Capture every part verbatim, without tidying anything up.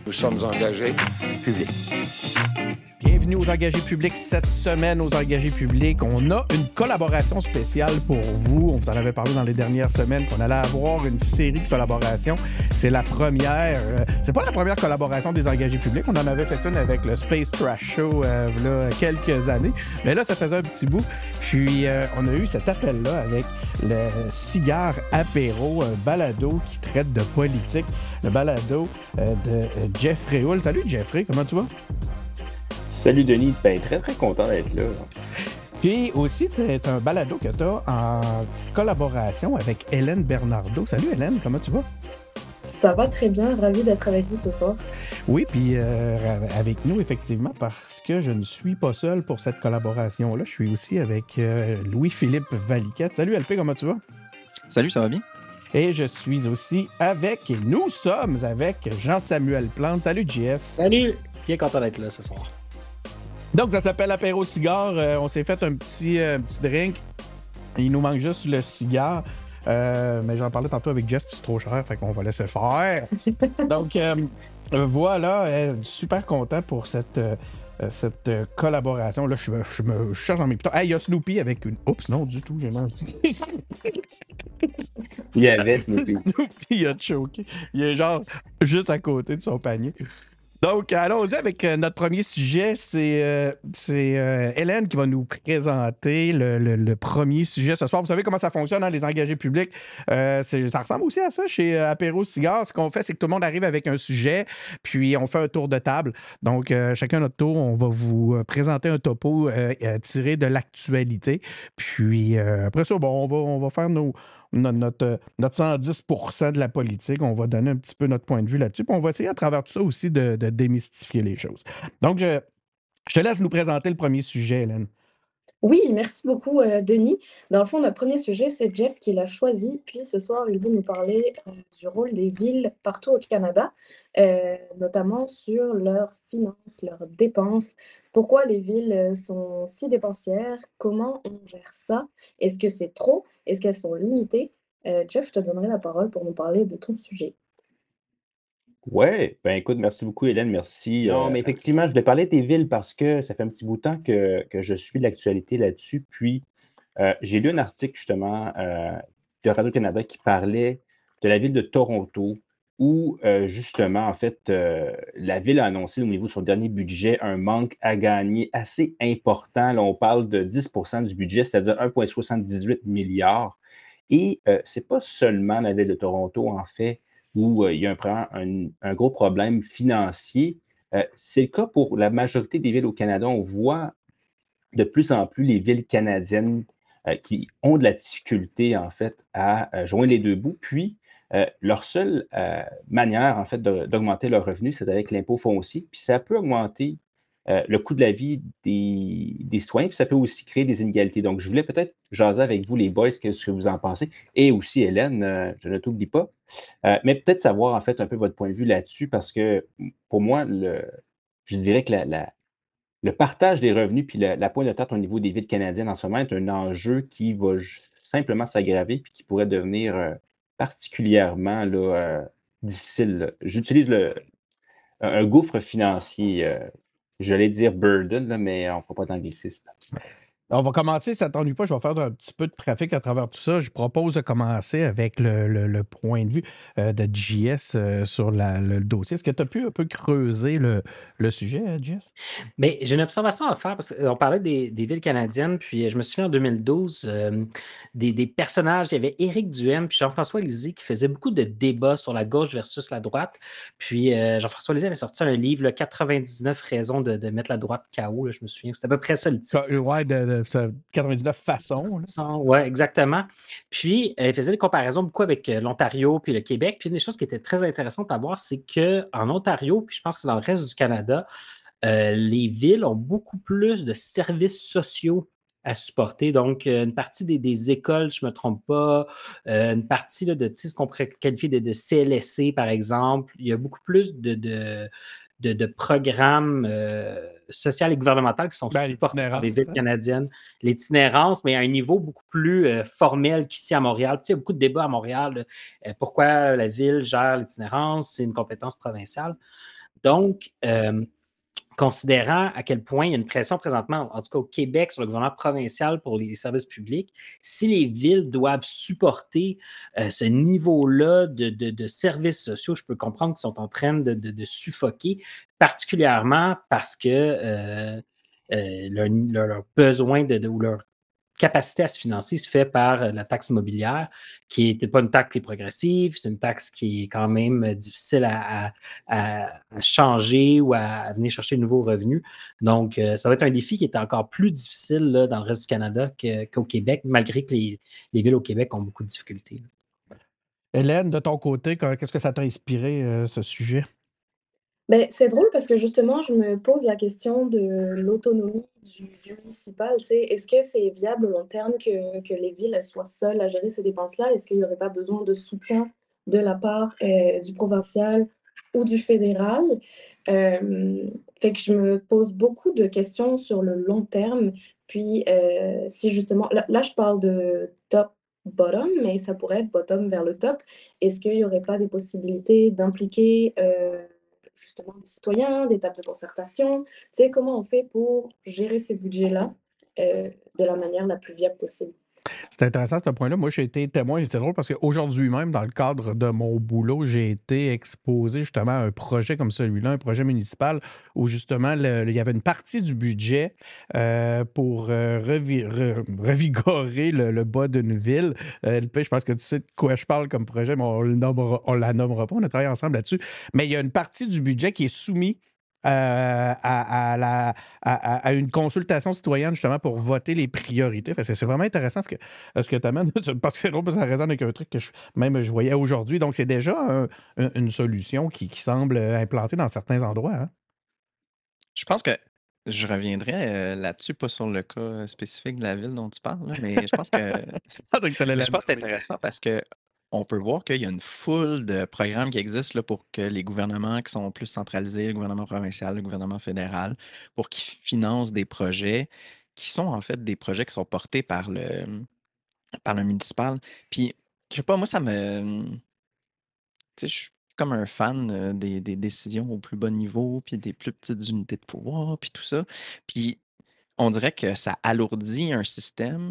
Nous sommes engagés publics. Bienvenue aux Engagés publics. Cette semaine, aux Engagés publics, on a une collaboration spéciale pour vous. On vous en avait parlé dans les dernières semaines qu'on allait avoir une série de collaborations. C'est la première. Euh, c'est pas la première collaboration des Engagés publics. On en avait fait une avec le Space Trash Show euh, là, quelques années. Mais là, ça faisait un petit bout. Puis, euh, on a eu cet appel-là avec le Cigare Apéro, un balado qui traite de politique. Le balado euh, de euh, Jeffrey Hull. Salut Jeffrey, comment tu vas? Salut Denis, ben très très content d'être là. Puis aussi, tu es un balado que tu as en collaboration avec Hélène Bernardo. Salut Hélène, comment tu vas? Ça va très bien, ravi d'être avec vous ce soir. Oui, puis euh, avec nous, effectivement, parce que je ne suis pas seul pour cette collaboration-là. Je suis aussi avec euh, Louis-Philippe Valiquette. Salut L P, comment tu vas? Salut, ça va bien? Et je suis aussi avec, et nous sommes avec Jean-Samuel Plante. Salut J S. Salut, bien content d'être là ce soir. Donc, ça s'appelle Apéro Cigare. Euh, on s'est fait un petit, euh, petit drink. Il nous manque juste le cigare. Euh, mais j'en parlais tantôt avec Jess, puis c'est trop cher, fait qu'on va laisser faire. Donc, euh, voilà, euh, super content pour cette, euh, cette euh, collaboration. Là, je me, je me je cherche dans mes pitons. Ah, il y a Snoopy avec une... Oups, non, du tout, j'ai menti. Il y avait Snoopy. Snoopy, il a choqué. Il est genre juste à côté de son panier. Donc, allons-y avec euh, notre premier sujet. C'est, euh, c'est euh, Hélène qui va nous présenter le, le, le premier sujet ce soir. Vous savez comment ça fonctionne, hein, les engagés publics. Euh, c'est, ça ressemble aussi à ça chez euh, Apéro Cigare. Ce qu'on fait, c'est que tout le monde arrive avec un sujet, puis on fait un tour de table. Donc, euh, chacun notre tour, on va vous euh, présenter un topo euh, euh, tiré de l'actualité. Puis, euh, après ça, bon, on va, on va faire nos... Notre, notre, notre cent dix pour cent de la politique. On va donner un petit peu notre point de vue là-dessus. Puis on va essayer à travers tout ça aussi de, de démystifier les choses. Donc, je, je te laisse nous présenter le premier sujet, Hélène. Oui, merci beaucoup, euh, Denis. Dans le fond, notre premier sujet, c'est Jeff qui l'a choisi. Puis ce soir, il veut nous parler euh, du rôle des villes partout au Canada, euh, notamment sur leurs finances, leurs dépenses. Pourquoi les villes sont si dépensières? Comment on gère ça? Est-ce que c'est trop? Est-ce qu'elles sont limitées? Euh, Jeff, je te donnerai la parole pour nous parler de tout le sujet. Ouais, ben écoute, merci beaucoup Hélène, merci. Non, Euh, mais effectivement, je voulais parler des villes parce que ça fait un petit bout de temps que, que je suis l'actualité là-dessus. Puis, euh, j'ai lu un article justement euh, de Radio-Canada qui parlait de la ville de Toronto où euh, justement, en fait, euh, la ville a annoncé au niveau de son dernier budget un manque à gagner assez important. Là, on parle de dix pour cent du budget, c'est-à-dire un virgule soixante-dix-huit milliards. Et euh, c'est pas seulement la ville de Toronto, en fait, où euh, il y a un, un, un gros problème financier. Euh, c'est le cas pour la majorité des villes au Canada. On voit de plus en plus les villes canadiennes euh, qui ont de la difficulté, en fait, à euh, joindre les deux bouts. Puis, euh, leur seule euh, manière, en fait, de, d'augmenter leurs revenus, c'est avec l'impôt foncier. Puis, ça peut augmenter euh, le coût de la vie des, des citoyens, puis ça peut aussi créer des inégalités. Donc, je voulais peut-être jaser avec vous, les boys, qu'est-ce que vous en pensez. Et aussi, Hélène, euh, je ne t'oublie pas. Euh, mais peut-être savoir, en fait, un peu votre point de vue là-dessus, parce que pour moi, le, je dirais que la, la, le partage des revenus puis la, la pointe de tête au niveau des villes canadiennes en ce moment est un enjeu qui va j- simplement s'aggraver puis qui pourrait devenir euh, particulièrement là, euh, difficile. là. J'utilise le, un, un gouffre financier. Euh, j'allais dire burden, là, mais on ne fera pas d'anglicisme. On va commencer, ça ne t'ennuie pas, je vais faire un petit peu de trafic à travers tout ça. Je propose de commencer avec le, le- le point de vue euh, de J S euh, sur la- le dossier. Est-ce que tu as pu un peu creuser le, le sujet, euh, J S? Mais j'ai une observation à faire parce qu'on parlait des, des villes canadiennes, puis je me souviens en deux mille douze, euh, des, des personnages, il y avait Éric Duhaime puis Jean-François Lisée qui faisaient beaucoup de débats sur la gauche versus la droite. Puis euh, Jean-François Lisée avait sorti un livre, là, quatre-vingt-dix-neuf raisons de, de mettre la droite K O, là, je me souviens, c'était à peu près ça le titre. Ça, Ouais, de, de- ça, quatre-vingt-dix-neuf façons. là. Oui, exactement. Puis, euh, il faisait des comparaisons beaucoup avec euh, l'Ontario puis le Québec. Puis, une des choses qui était très intéressante à voir, c'est qu'en Ontario, puis je pense que c'est dans le reste du Canada, euh, les villes ont beaucoup plus de services sociaux à supporter. Donc, euh, une partie des, des écoles, je ne me trompe pas, euh, une partie là, de tu sais, ce qu'on pourrait qualifier de, de C L S C, par exemple. Il y a beaucoup plus de, de, de, de programmes euh, sociaux et gouvernementaux qui sont Ben, supportés par les l'itinérance, villes hein. canadiennes. L'itinérance, mais à un niveau beaucoup plus euh, formel qu'ici à Montréal. Tu sais, il y a beaucoup de débats à Montréal. là. Euh, pourquoi la ville gère l'itinérance? C'est une compétence provinciale. Donc, euh, considérant à quel point il y a une pression présentement, en tout cas au Québec, sur le gouvernement provincial pour les services publics, si les villes doivent supporter euh, ce niveau-là de, de- de services sociaux, je peux comprendre qu'ils sont en train de, de- de suffoquer, particulièrement parce que euh, euh, leur, leur- leur besoin de, de- ou leur capacité à se financer se fait par euh, la taxe immobilière, qui n'était pas une taxe qui est progressive, c'est une taxe qui est quand même euh, difficile à, à- à- à changer ou à, à venir chercher de nouveaux revenus. Donc, euh, ça va être un défi qui est encore plus difficile là, dans le reste du Canada que- qu'au Québec, malgré que les, les villes au Québec ont beaucoup de difficultés. Hélène, de ton côté, quand- qu'est-ce que ça t'a inspiré, euh, ce sujet? Ben, c'est drôle parce que justement, je me pose la question de l'autonomie du, du municipal. Tu sais, est-ce que c'est viable au long terme que, que les villes elles soient seules à gérer ces dépenses-là? Est-ce qu'il n'y aurait pas besoin de soutien de la part euh, du provincial ou du fédéral? Euh, fait que je me pose beaucoup de questions sur le long terme. Puis, euh, si justement, là, là, je parle de top-bottom, mais ça pourrait être bottom vers le top. Est-ce qu'il n'y aurait pas des possibilités d'impliquer euh, justement des citoyens, des tables de concertation? Tu sais, comment on fait pour gérer ces budgets-là euh, de la manière la plus viable possible? C'est intéressant ce point-là. Moi, j'ai été témoin, c'est drôle parce qu'aujourd'hui même, dans le cadre de mon boulot, j'ai été exposé justement à un projet comme celui-là, un projet municipal où justement le- il y avait une partie du budget euh, pour euh, revi- re- revigorer le, le bas d'une ville. Euh, L P, je pense que tu sais de quoi je parle comme projet, mais on ne la nommera pas. On a travaillé ensemble là-dessus. Mais il y a une partie du budget qui est soumise euh, à, à la, à, à- à une consultation citoyenne justement pour voter les priorités. Fait que c'est c'est vraiment intéressant ce que, ce que tu amènes, parce que c'est drôle, parce que ça résonne avec un truc que je, même je voyais aujourd'hui. Donc, c'est déjà un- un- une solution qui, qui semble implantée dans certains endroits. Hein. Je pense que je reviendrai euh, là-dessus, pas sur le cas euh, spécifique de la ville dont tu parles, là, mais je pense que Ah, donc, t'allais mais la je pense que c'est nommer. intéressant parce que on peut voir qu'il y a une foule de programmes qui existent là, pour que les gouvernements qui sont plus centralisés, le gouvernement provincial, le gouvernement fédéral, pour qu'ils financent des projets qui sont en fait des projets qui sont portés par le par le municipal. Puis, je sais pas, moi, ça me. Tu sais, je suis comme un fan euh, des, des décisions au plus bas niveau, puis des plus petites unités de pouvoir, puis tout ça. Puis on dirait que ça alourdit un système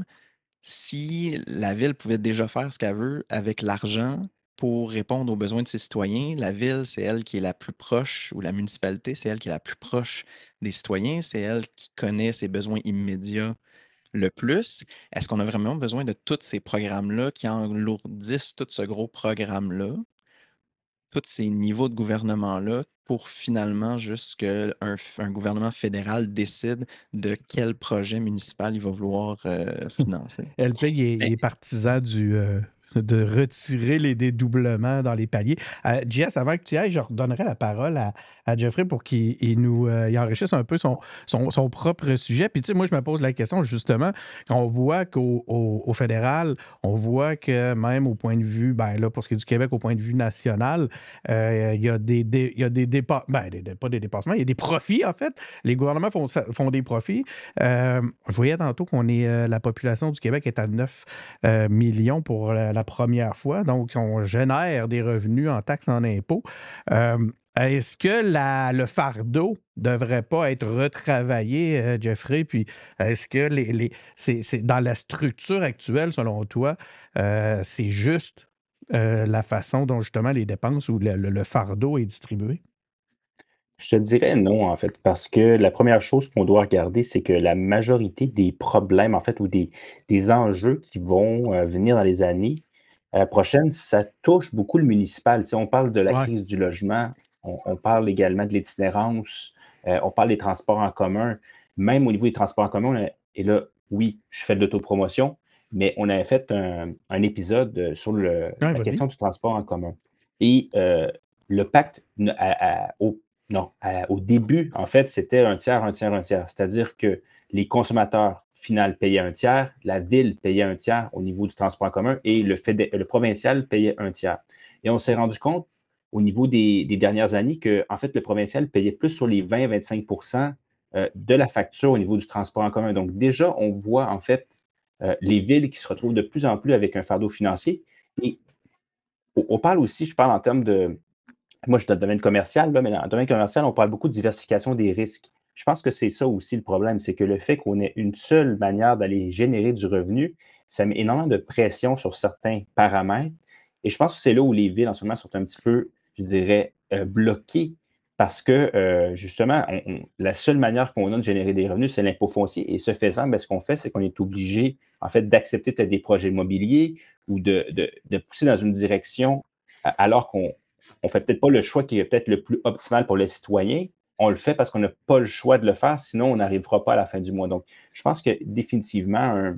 si la ville pouvait déjà faire ce qu'elle veut avec l'argent pour répondre aux besoins de ses citoyens. La ville, c'est elle qui est la plus proche, ou la municipalité, c'est elle qui est la plus proche des citoyens, c'est elle qui connaît ses besoins immédiats le plus. Est-ce qu'on a vraiment besoin de tous ces programmes-là qui alourdissent tout ce gros programme-là? Tous ces niveaux de gouvernement-là pour finalement juste qu'un un gouvernement fédéral décide de quel projet municipal il va vouloir euh, financer. L P, il est, il Mais est partisan du, euh, de retirer les dédoublements dans les paliers. Euh, Jess, avant que tu y ailles, je redonnerai la parole à, à Jeffrey pour qu'il il nous euh, il enrichisse un peu son, son, son propre sujet. Puis, tu sais, moi, je me pose la question, justement, quand on voit qu'au au, au fédéral, on voit que même au point de vue, ben là, pour ce qui est du Québec, au point de vue national, euh, il y a des, des, il y a des dépassements, ben, des- des- pas des dépassements, il y a des profits, en fait. Les gouvernements font, ça- font des profits. Euh, je voyais tantôt qu'on est, euh, la population du Québec est à neuf euh, millions pour la, la première fois. Donc, on génère des revenus en taxes, en impôts. Euh, est-ce que la, le fardeau ne devrait pas être retravaillé, euh, Jeffrey? Puis, est-ce que les, les, c'est, c'est dans la structure actuelle, selon toi, euh, c'est juste euh, la façon dont justement les dépenses ou le, le- le fardeau est distribué? Je te dirais non, en fait, parce que la première chose qu'on doit regarder, c'est que la majorité des problèmes, en fait, ou des, des enjeux qui vont euh, venir dans les années euh, prochaines, ça touche beaucoup le municipal. Tu sais, on parle de la Ouais. crise du logement, on, on parle également de l'itinérance, euh, on parle des transports en commun. Même au niveau des transports en commun, on a- et là, oui, je fais de l'autopromotion, mais on avait fait un, un épisode euh, sur le- Ouais, la vas-y. question du transport en commun. Et euh, le pacte ne- à- à- au non, à- au début, en fait, c'était un tiers, un tiers, un tiers. C'est-à-dire que les consommateurs final payaient un tiers, la ville payait un tiers au niveau du transport en commun et le, fédé- le provincial payait un tiers. Et on s'est rendu compte au niveau des, des dernières années que, en fait, le provincial payait plus sur les vingt à vingt-cinq euh, de la facture au niveau du transport en commun. Donc, déjà, on voit, en fait, euh, les villes qui se retrouvent de plus en plus avec un fardeau financier. Et on on parle aussi, je parle en termes de moi, je suis dans le domaine commercial, là, mais dans le domaine commercial, on parle beaucoup de diversification des risques. Je pense que c'est ça aussi le problème, c'est que le fait qu'on ait une seule manière d'aller générer du revenu, ça met énormément de pression sur certains paramètres. Et je pense que c'est là où les villes, en ce moment, sont un petit peu, je dirais, euh, bloquées parce que, euh, justement, on- on- la seule manière qu'on a de générer des revenus, c'est l'impôt foncier. Et ce faisant, ben, ce qu'on fait, c'est qu'on est obligé, en fait, d'accepter peut-être des projets immobiliers ou de, de- de pousser dans une direction a- alors qu'on on fait peut-être pas le choix qui est peut-être le plus optimal pour les citoyens. On le fait parce qu'on n'a pas le choix de le faire, sinon on n'arrivera pas à la fin du mois. Donc, je pense que définitivement, un-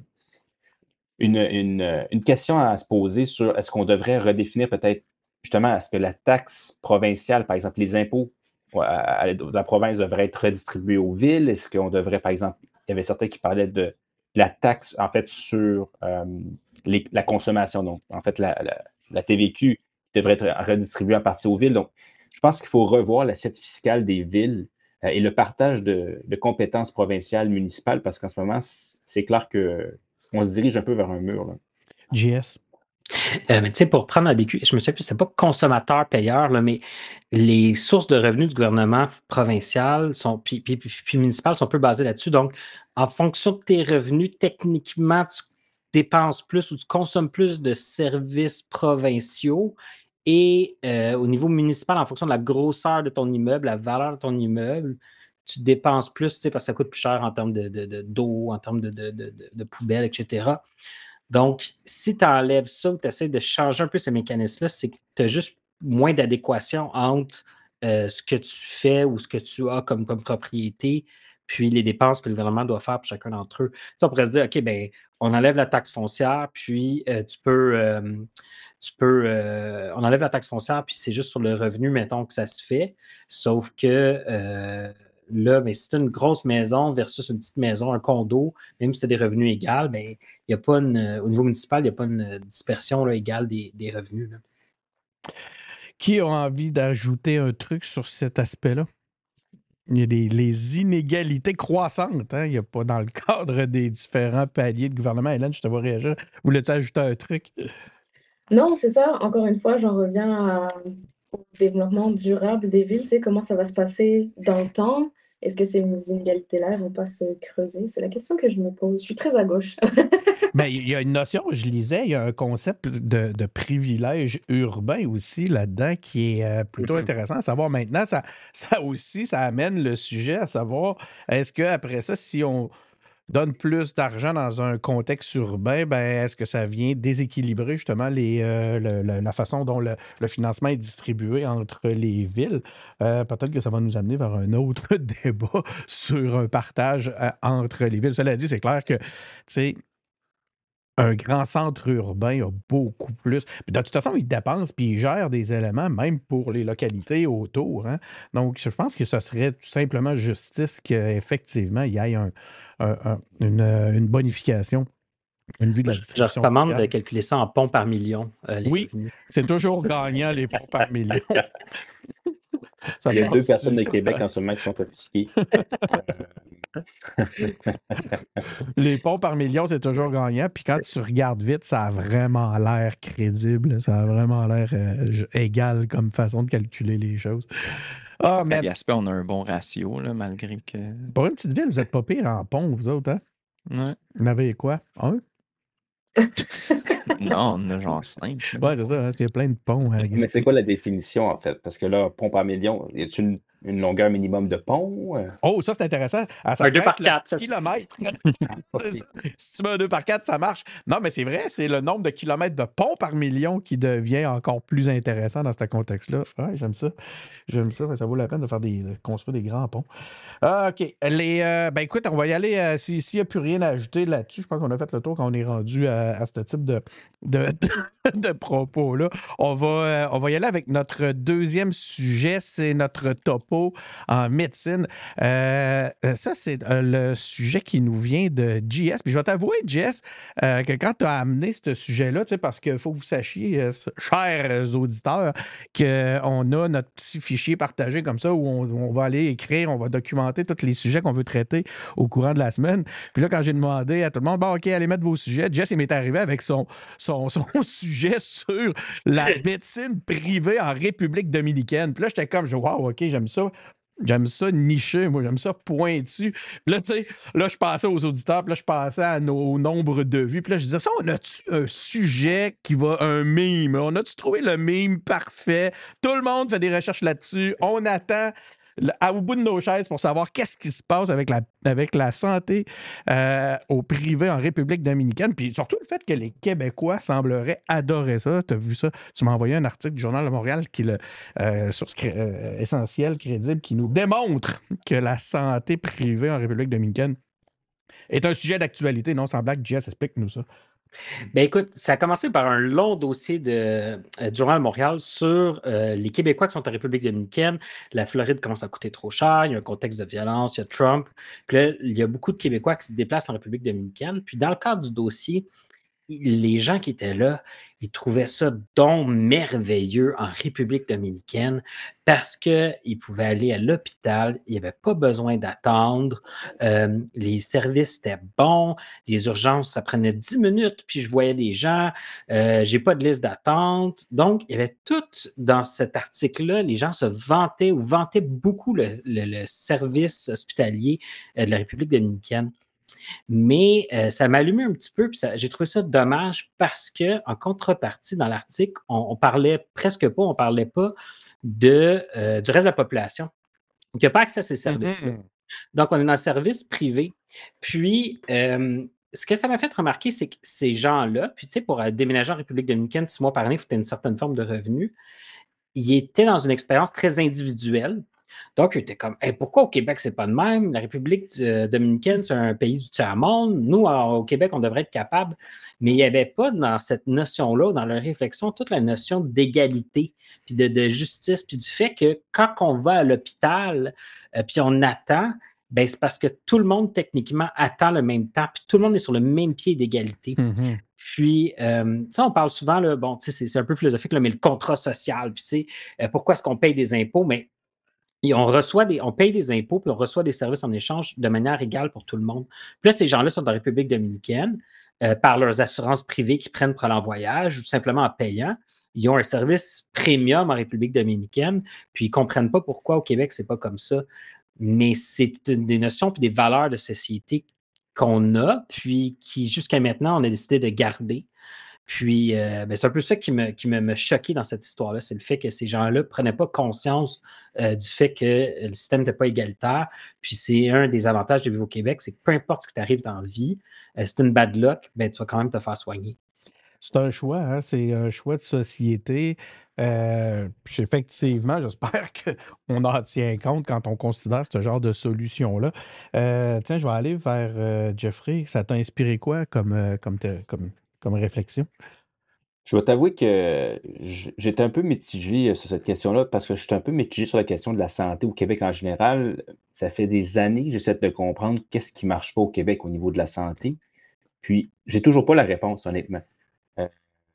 une, une, euh, une question à se poser sur est-ce qu'on devrait redéfinir peut-être justement est-ce que la taxe provinciale, par exemple, les impôts ouais, à- à- de la province devraient être redistribués aux villes? Est-ce qu'on devrait, par exemple, il y avait certains qui parlaient de, de la taxe en fait sur euh, les- la consommation, donc en fait la, la- la T V Q devrait être redistribuée en partie aux villes. Donc, je pense qu'il faut revoir l'assiette fiscale des villes euh, et le partage de, de compétences provinciales, municipales, parce qu'en ce moment, c- c'est clair que on se dirige un peu vers un mur. Là. J S. Euh, mais tu sais, pour prendre la D Q, je me souviens plus, c'est pas consommateur-payeur, là, mais les sources de revenus du gouvernement provincial sont, puis, puis, puis, puis municipal sont un peu basées là-dessus. Donc, en fonction de tes revenus, techniquement, tu dépenses plus ou tu consommes plus de services provinciaux. Et euh, au niveau municipal, en fonction de la grosseur de ton immeuble, la valeur de ton immeuble, tu dépenses plus, tu sais, parce que ça coûte plus cher en termes de, de, de- d'eau, en termes de, de, de, de, de poubelles, et cetera. Donc, si tu enlèves ça ou tu essaies de changer un peu ces mécanismes-là, c'est que tu as juste moins d'adéquation entre euh, ce que tu fais ou ce que tu as comme, comme propriété, puis les dépenses que le gouvernement doit faire pour chacun d'entre eux. Tu sais, on pourrait se dire, OK, ben, on enlève la taxe foncière, puis euh, tu peux, euh, tu peux euh, on enlève la taxe foncière, puis c'est juste sur le revenu, mettons, que ça se fait. Sauf que euh, là, ben, si tu as une grosse maison versus une petite maison, un condo, même si tu as des revenus égaux, ben, il y a pas une, au niveau municipal, il n'y a pas une dispersion là, égale des, des revenus. Là. Qui a envie d'ajouter un truc sur cet aspect-là? Il y a des, les inégalités croissantes. Hein? Il n'y a pas dans le cadre des différents paliers de gouvernement. Hélène, je te vois réagir. Voulais-tu ajouter un truc? Non, c'est ça. Encore une fois, j'en reviens à- au développement durable des villes. Tu sais, comment ça va se passer dans le temps? Est-ce que ces inégalités-là ne vont pas se creuser? C'est la question que je me pose. Je suis très à gauche. Mais il y a une notion, je lisais, il y a un concept de, de privilège urbain aussi là-dedans qui est euh, plutôt Mhm. intéressant à savoir. Maintenant, ça, ça aussi, ça amène le sujet à savoir, est-ce qu'après ça, si on donne plus d'argent dans un contexte urbain, ben, est-ce que ça vient déséquilibrer justement les, euh, le- le- la façon dont le, le financement est distribué entre les villes? Euh, peut-être que ça va nous amener vers un autre débat sur un partage euh, entre les villes. Cela dit, c'est clair que, tu sais, un grand centre urbain a beaucoup plus. Puis de toute façon, il dépense puis il gère des éléments, même pour les localités autour. Hein. Donc, je pense que ce serait tout simplement justice qu'effectivement, il y ait un, un- un- une, euh, une bonification au point de vue de la Je, je distribution recommande de locale. calculer ça en ponts par million, euh, les Oui, revenus. c'est toujours gagnant les ponts par million. Ça Il y a deux passe personnes de super. Québec en ce moment qui sont offusquées. Les ponts par million, c'est toujours gagnant. Puis quand tu regardes vite, ça a vraiment l'air crédible. Ça a vraiment l'air euh, j- égal comme façon de calculer les choses. Ah, À mais Gaspé, on a un bon ratio, là, malgré que. pour une petite ville, vous êtes pas pire en pont, vous autres, hein? Ouais. Vous en avez quoi? Un? Non, on a genre cinq. Ouais, c'est ça. Hein? Il y a plein de ponts à Mais Gaspé. c'est quoi la définition, en fait? Parce que là, pont par million, y a-t-il une, une longueur minimum de pont? Euh, Oh, ça, c'est intéressant. Ah, ça Un deux pourrait par être le quatre, ça se- kilomètre. ok. C'est ça. Si tu mets un deux par quatre, ça marche. Non, mais c'est vrai, c'est le nombre de kilomètres de pont par million qui devient encore plus intéressant dans ce contexte-là. Ouais, j'aime ça. J'aime ça. Ça vaut la peine de faire des, de construire des grands ponts. Ah, OK. Les, euh, ben écoute, on va y aller. euh, si- S'il n'y a plus rien à ajouter là-dessus, je pense qu'on a fait le tour quand on est rendu à, à ce type de, de, de propos-là. On va, euh, on va y aller avec notre deuxième sujet. C'est notre topo impôts en médecine. Euh, ça, c'est euh, le sujet qui nous vient de J S. Puis je vais t'avouer, J S, euh, que quand tu as amené ce sujet-là, tu sais, parce qu'il faut que vous sachiez, euh, chers auditeurs, qu'on a notre petit fichier partagé comme ça où on, on va aller écrire, on va documenter tous les sujets qu'on veut traiter au courant de la semaine. Puis là, quand j'ai demandé à tout le monde, bon, OK, allez mettre vos sujets, Jess, il m'est arrivé avec son, son, son sujet sur la médecine privée en République dominicaine. Puis là, j'étais comme, wow, OK, j'aime ça. J'aime ça niché, moi, j'aime ça pointu. Puis là, tu sais, là, je passais aux auditeurs, puis là, je passais à nos, au nombre de vues. Puis là, je disais, ça, on a-tu un sujet qui va, un meme? On a-tu trouvé le meme parfait? Tout le monde fait des recherches là-dessus. On attend à, au bout de nos chaises pour savoir qu'est-ce qui se passe avec la, avec la santé euh, au privé en République dominicaine. Puis surtout le fait que les Québécois sembleraient adorer ça. Tu as vu ça? Tu m'as envoyé un article du Journal de Montréal qui le euh, source euh, essentielle, crédible, qui nous démontre que la santé privée en République dominicaine est un sujet d'actualité. Non, sans blague, Jess, explique-nous ça. Ben écoute, ça a commencé par un long dossier de, euh, du Journal de Montréal sur euh, les Québécois qui sont en République dominicaine. La Floride commence à coûter trop cher, il y a un contexte de violence, il y a Trump. Puis là, il y a beaucoup de Québécois qui se déplacent en République dominicaine. Puis dans le cadre du dossier, les gens qui étaient là, ils trouvaient ça donc merveilleux en République dominicaine parce qu'ils pouvaient aller à l'hôpital, il n'y avait pas besoin d'attendre, euh, les services étaient bons, les urgences, ça prenait dix minutes, puis je voyais des gens, euh, j'ai pas de liste d'attente. Donc, il y avait tout dans cet article-là, les gens se vantaient ou vantaient beaucoup le, le, le service hospitalier euh, de la République dominicaine. Mais euh, ça m'a allumé un petit peu, puis ça- j'ai trouvé ça dommage parce que, en contrepartie, dans l'article, on, on parlait presque pas, on parlait pas de, euh, du reste de la population qui n'a pas accès à ces services-là. Mhm. Donc, on est dans le service privé. Puis, euh, ce que ça m'a fait remarquer, c'est que ces gens-là, puis tu sais, pour euh, déménager en République dominicaine six mois par année, il faut que tu aies une certaine forme de revenu. Ils étaient dans une expérience très individuelle. Donc, il était comme, hey, pourquoi au Québec, c'est pas de même? La République euh, dominicaine, c'est un pays du tiers-monde. Nous, en- au Québec, on devrait être capable. Mais il n'y avait pas dans cette notion-là, dans leur réflexion, toute la notion d'égalité, puis de, de justice, puis du fait que quand on va à l'hôpital, euh, puis on attend, ben, c'est parce que tout le monde, techniquement, attend le même temps, puis tout le monde est sur le même pied d'égalité. Mhm. Puis, euh, tu sais, on parle souvent, là, bon, tu sais, c'est c'est un peu philosophique, là, mais le contrat social, puis tu sais, euh, pourquoi est-ce qu'on paye des impôts? Mais et on reçoit des, on paye des impôts, puis on reçoit des services en échange de manière égale pour tout le monde. Puis là, ces gens-là sont en République dominicaine euh, par leurs assurances privées qu'ils prennent pour aller en voyage ou tout simplement en payant. Ils ont un service premium en République dominicaine, puis ils ne comprennent pas pourquoi au Québec, c'est pas comme ça. Mais c'est une- des notions puis des valeurs de société qu'on a, puis qui, jusqu'à maintenant, on a décidé de garder. Puis, euh, ben, c'est un peu ça qui me, qui me, me choquait dans cette histoire-là, c'est le fait que ces gens-là ne prenaient pas conscience euh, du fait que le système n'était pas égalitaire. Puis, c'est un des avantages de vivre au Québec, c'est que peu importe ce qui t'arrive dans la vie, euh, si tu une bad luck, ben, tu vas quand même te faire soigner. C'est un choix, hein? C'est un choix de société. Euh, puis effectivement, j'espère qu'on en tient compte quand on considère ce genre de solution-là. Euh, tiens, je vais aller vers euh, Jeffrey. Ça t'a inspiré quoi comme, euh, comme, te- comme, comme réflexion? Je vais t'avouer que j- j'étais un peu mitigé euh, sur cette question-là parce que je suis un peu mitigé sur la question de la santé au Québec en général. Ça fait des années que j'essaie de comprendre qu'est-ce qui ne marche pas au Québec au niveau de la santé. Puis, j'ai toujours pas la réponse, honnêtement. Euh,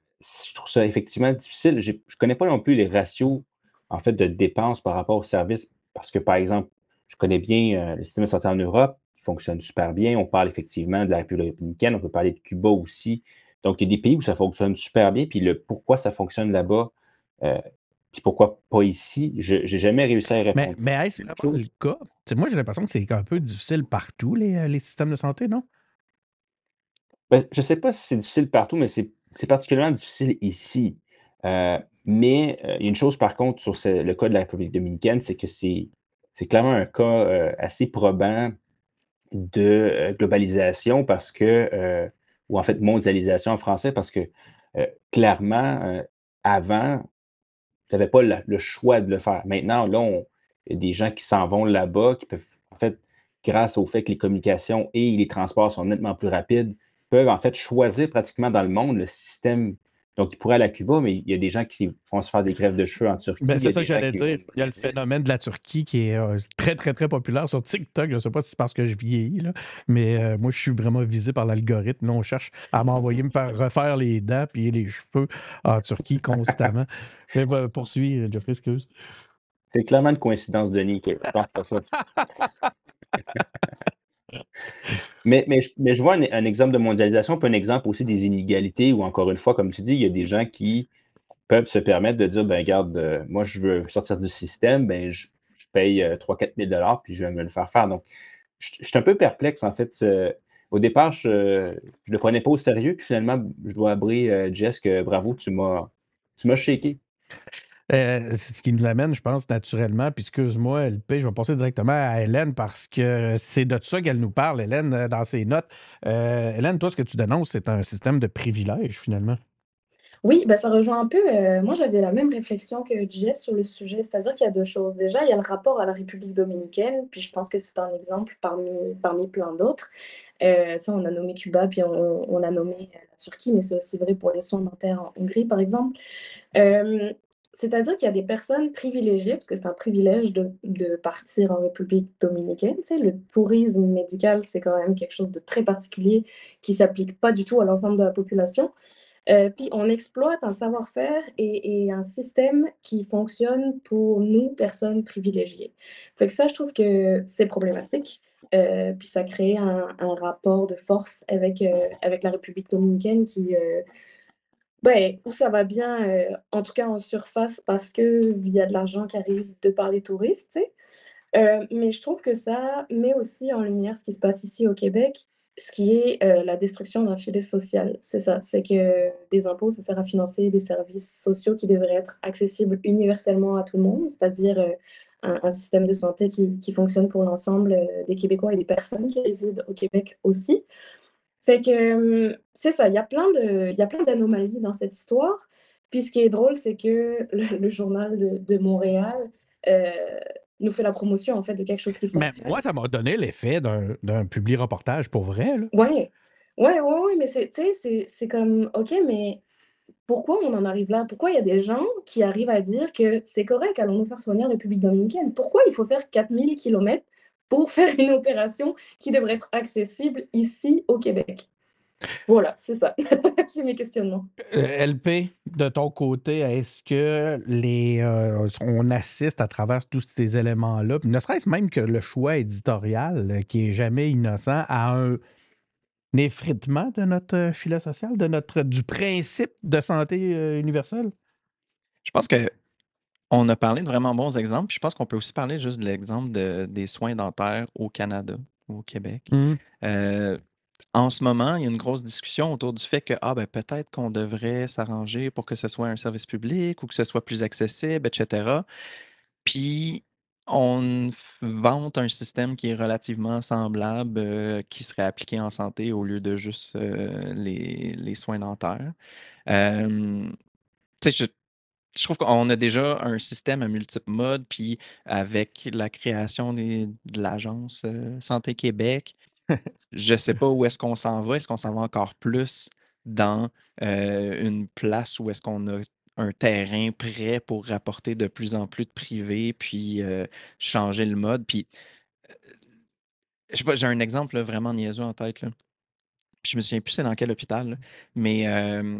je trouve ça effectivement difficile. J'ai- Je ne connais pas non plus les ratios, en fait, de dépenses par rapport aux services parce que, par exemple, je connais bien euh, le système de santé en Europe, il fonctionne super bien. On parle effectivement de la République dominicaine, on peut parler de Cuba aussi. Donc, il y a des pays où ça fonctionne super bien, puis le pourquoi ça fonctionne là-bas, euh, puis pourquoi pas ici, je n'ai jamais réussi à y Mais, répondre. mais est-ce C'est une vraiment le chose. cas? T'sais, moi, j'ai l'impression que c'est un peu difficile partout, les, euh, les systèmes de santé, non? Ben, je ne sais pas si c'est difficile partout, mais c'est c'est particulièrement difficile ici. Euh, mais euh, il y a une chose, par contre, sur ce- le cas de la République dominicaine, c'est que c'est c'est clairement un cas euh, assez probant de euh, globalisation parce que, euh, ou en fait mondialisation en français, parce que euh, clairement, euh, avant, tu n'avais pas la- le choix de le faire. Maintenant, là, on- il y a des gens qui s'en vont là-bas, qui peuvent, en fait, grâce au fait que les communications et les transports sont nettement plus rapides, peuvent en fait choisir pratiquement dans le monde le système Donc, ils pourraient aller à Cuba, mais il y a des gens qui vont se faire des greffes de cheveux en Turquie. Ben, Il y c'est a ça des que gens j'allais qui vont dire. au Il y a le Brésil. phénomène de la Turquie qui est euh, très, très, très populaire sur TikTok. Je ne sais pas si c'est parce que je vieillis, là, mais euh, moi, je suis vraiment visé par l'algorithme. Là, on cherche à m'envoyer me faire refaire les dents puis les cheveux en Turquie constamment. Mais va, poursuis, Jeffrey, excuse. C'est clairement une coïncidence, Denis, que je pense pas ça. Mais, mais, je, mais je vois un, un exemple de mondialisation, puis un exemple aussi des inégalités, où encore une fois, comme tu dis, il y a des gens qui peuvent se permettre de dire, ben regarde, euh, moi je veux sortir du système, ben je, je paye euh, trois quatre mille dollars puis je vais me le faire faire. Donc, je, je suis un peu perplexe, en fait. Euh, au départ, je ne le prenais pas au sérieux, puis finalement, je dois avouer, euh, Jess, que bravo, tu m'as tu m'as shaké. Euh, c'est ce qui nous amène, je pense, naturellement, puis excuse-moi, L P, je vais passer directement à Hélène parce que c'est de ça qu'elle nous parle, Hélène, euh, dans ses notes. Euh, Hélène, toi, ce que tu dénonces, c'est un système de privilèges, finalement. Oui, bah, ça rejoint un peu. Euh, moi, j'avais la même réflexion que J S sur le sujet, c'est-à-dire qu'il y a deux choses. Déjà, il y a le rapport à la République dominicaine, puis je pense que c'est un exemple parmi, parmi plein d'autres. Euh, tu sais, on a nommé Cuba, puis on, on a nommé euh, la Turquie, mais c'est aussi vrai pour les soins dentaires en Hongrie, par exemple. Euh, c'est-à-dire qu'il y a des personnes privilégiées, parce que c'est un privilège de, de partir en République dominicaine. Tu sais, le tourisme médical, c'est quand même quelque chose de très particulier qui s'applique pas du tout à l'ensemble de la population. Euh, puis on exploite un savoir-faire et, et un système qui fonctionne pour nous, personnes privilégiées. Fait que ça, je trouve que c'est problématique. Euh, puis ça crée un, un rapport de force avec, euh, avec la République dominicaine qui, euh, ben, où ça va bien, euh, en tout cas en surface, parce qu'il y a de l'argent qui arrive de par les touristes, tu sais. Euh, mais je trouve que ça met aussi en lumière ce qui se passe ici au Québec, ce qui est euh, la destruction d'un filet social. C'est ça, c'est que des impôts, ça sert à financer des services sociaux qui devraient être accessibles universellement à tout le monde, c'est-à-dire euh, un, un système de santé qui, qui fonctionne pour l'ensemble euh, des Québécois et des personnes qui résident au Québec aussi. Fait que euh, c'est ça, il y a plein de, il y a plein d'anomalies dans cette histoire. Puis ce qui est drôle, c'est que le, le journal de, de Montréal euh, nous fait la promotion en fait de quelque chose qui Mais fonctionne. moi, ça m'a donné l'effet d'un d'un public reportage pour vrai, là. Ouais, ouais, ouais, ouais, mais c'est, tu sais, c'est, c'est comme, OK, mais pourquoi on en arrive là? Pourquoi il y a des gens qui arrivent à dire que c'est correct, allons-nous faire soigner en République dominicaine? Pourquoi il faut faire quatre mille kilomètres pour faire une opération qui devrait être accessible ici au Québec? Voilà, c'est ça. C'est mes questionnements. Euh, L P, de ton côté, est-ce que les euh, on assiste à travers tous ces éléments-là, puis ne serait-ce même que le choix éditorial, euh, qui est jamais innocent, à un effritement de notre euh, filet social, de notre du principe de santé euh, universelle? Je pense que on a parlé de vraiment bons exemples. Puis je pense qu'on peut aussi parler juste de l'exemple de- des soins dentaires au Canada ou au Québec. Mhm. Euh, en ce moment, il y a une grosse discussion autour du fait que ah, ben, peut-être qu'on devrait s'arranger pour que ce soit un service public ou que ce soit plus accessible, et cetera. Puis on f- vante un système qui est relativement semblable, euh, qui serait appliqué en santé au lieu de juste euh, les, les soins dentaires. Euh, tu sais, je, je trouve qu'on a déjà un système à multiples modes, puis avec la création des- de l'agence euh, Santé Québec, je ne sais pas où est-ce qu'on s'en va. Est-ce qu'on s'en va encore plus dans euh, une place où est-ce qu'on a un terrain prêt pour rapporter de plus en plus de privés, puis euh, changer le mode. Puis, je sais pas, j'ai un exemple là, vraiment niaiseux en tête, là. Puis je me souviens plus c'est dans quel hôpital, là, mais euh,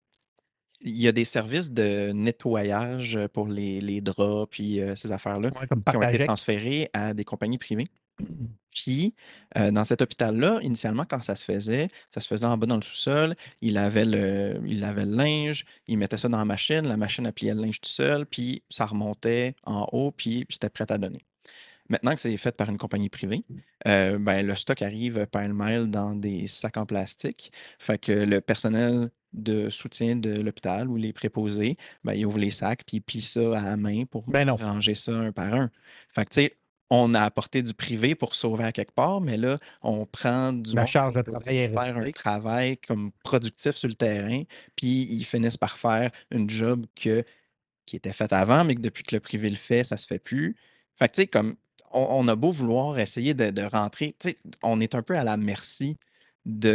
il y a des services de nettoyage pour les, les draps, puis euh, ces affaires-là, Ouais, comme qui ont été partagé. transférés à des compagnies privées. Puis, euh, dans cet hôpital-là, initialement, quand ça se faisait, ça se faisait en bas dans le sous-sol. Il avait le, il avait le linge, il mettait ça dans la machine, la machine pliait le linge tout seul, puis ça remontait en haut, puis c'était prêt à donner. Maintenant que c'est fait par une compagnie privée, euh, ben, le stock arrive pêle-mêle dans des sacs en plastique. Fait que le personnel de soutien de l'hôpital ou les préposés, ben, ils ouvrent les sacs puis ils plient ça à la main pour Ben non. ranger ça un par un. Fait que, tu sais, on a apporté du privé pour sauver à quelque part, mais là, on prend du La monde qui charge est de supposé travail est faire un restée. travail comme productif sur le terrain, puis ils finissent par faire une job que qui était faite avant, mais que depuis que le privé le fait, ça se fait plus. Fait que, tu sais, comme, on, on a beau vouloir essayer de, de rentrer, tu sais, on est un peu à la merci de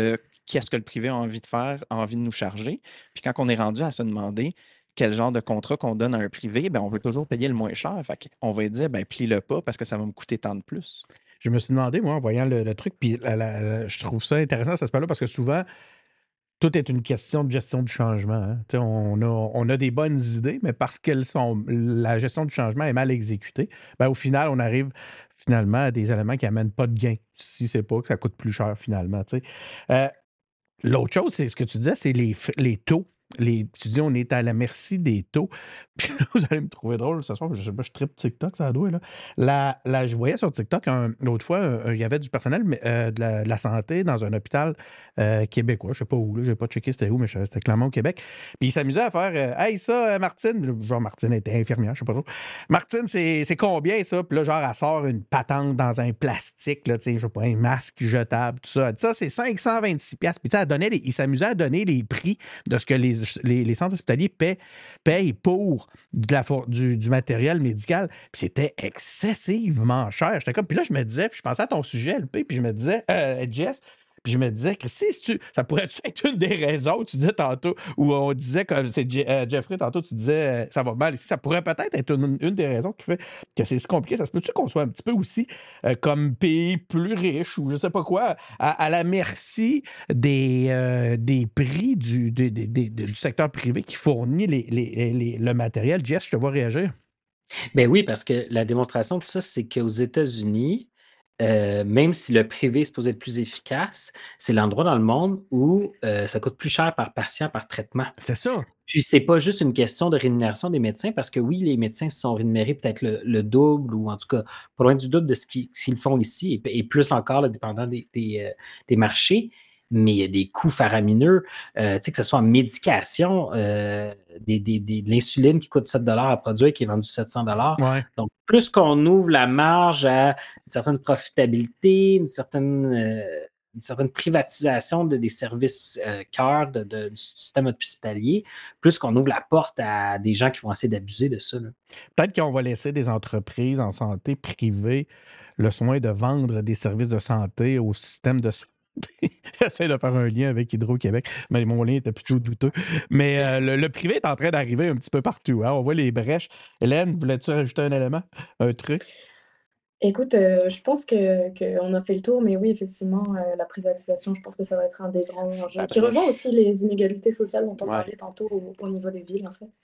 qu'est-ce que le privé a envie de faire, a envie de nous charger. Puis quand on est rendu à se demander quel genre de contrat qu'on donne à un privé, ben, on veut toujours payer le moins cher. Fait qu'on va dire, ben, plie-le pas parce que ça va me coûter tant de plus. Je me suis demandé, moi, en voyant le, le truc, puis la- la- la- je trouve ça intéressant, ça se passe là, parce que souvent, tout est une question de gestion du changement. Hein. Tu sais, On, a, on a des bonnes idées, mais parce que la gestion du changement est mal exécutée, ben, au final, on arrive finalement à des éléments qui n'amènent pas de gain. Si c'est pas que ça coûte plus cher finalement. tu sais. Euh, L'autre chose, c'est ce que tu disais, c'est les, f- les taux. Les, tu dis, on est à la merci des taux. Puis là, vous allez me trouver drôle ce soir, je sais pas, je tripe TikTok, ça doit, là. Là, là, je voyais sur TikTok, un- l'autre fois, un- un- il y avait du personnel mais, euh, de, la, de la santé dans un hôpital euh, québécois. Je sais pas où, là, j'ai pas checké c'était où, mais je savais que c'était clairement au Québec. Puis il s'amusait à faire euh, Hey, ça, euh, Martine, genre Martine était infirmière, je sais pas trop. Martine, c'est c'est combien ça? Puis là, genre, elle sort une patente dans un plastique, là, tu sais, je sais pas, un masque jetable, tout ça. Elle dit ça, c'est cinq cent vingt-six piastres. Puis tu sais, elle donnait les- il s'amusait à donner les prix de ce que les, les, les centres hospitaliers paient, payent pour de la, for- du, du matériel médical. Puis c'était excessivement cher. J'étais comme, puis là, je me disais, puis je pensais à ton sujet, L P, puis je me disais, euh, Jess, puis je me disais, Christy, si tu- ça pourrait-tu être une des raisons, tu disais tantôt, où on disait, comme c'est Je- euh, Jeffrey, tantôt, tu disais, euh, ça va mal ici, ça pourrait peut-être être une, une des raisons qui fait que c'est si compliqué. Ça se peut-tu qu'on soit un petit peu aussi euh, comme pays plus riche ou je sais pas quoi, à, à la merci des, euh, des prix du, des- des- des- du secteur privé qui fournit les, les- les- le matériel? Jess, je te vois réagir. Ben oui, parce que la démonstration de ça, c'est qu'aux États-Unis, euh, même si le privé est supposé être plus efficace, c'est l'endroit dans le monde où euh, ça coûte plus cher par patient, par traitement. C'est ça. Puis c'est pas juste une question de rémunération des médecins, parce que oui, les médecins se sont rémunérés peut-être le, le double, ou en tout cas pas loin du double de ce qu'ils ce qu'ils font ici, et, et plus encore, là, dépendant des, des, euh, des marchés. Mais il y a des coûts faramineux, euh, tu sais, que ce soit en médication, euh, des, des- des- de l'insuline qui coûte sept dollars à produire, qui est vendue sept cents dollars. Ouais. Donc, plus qu'on ouvre la marge à une certaine profitabilité, une certaine, euh, une certaine privatisation de, des services euh, cœur de- de- du système hospitalier, plus qu'on ouvre la porte à des gens qui vont essayer d'abuser de ça. Là. Peut-être qu'on va laisser des entreprises en santé privées le soin de vendre des services de santé au système de santé. J'essaie de faire un lien avec Hydro-Québec, mais mon lien était plutôt douteux. Mais euh, le, le privé est en train d'arriver un petit peu partout. Hein? On voit les brèches. Hélène, voulais-tu rajouter un élément? Un truc? Écoute, euh, je pense que qu'on a fait le tour, mais oui, effectivement, euh, la privatisation, je pense que ça va être un des grands enjeux, Ah, qui ben, rejoint aussi les inégalités sociales dont on Ouais. parlait tantôt au, au niveau des villes, en fait.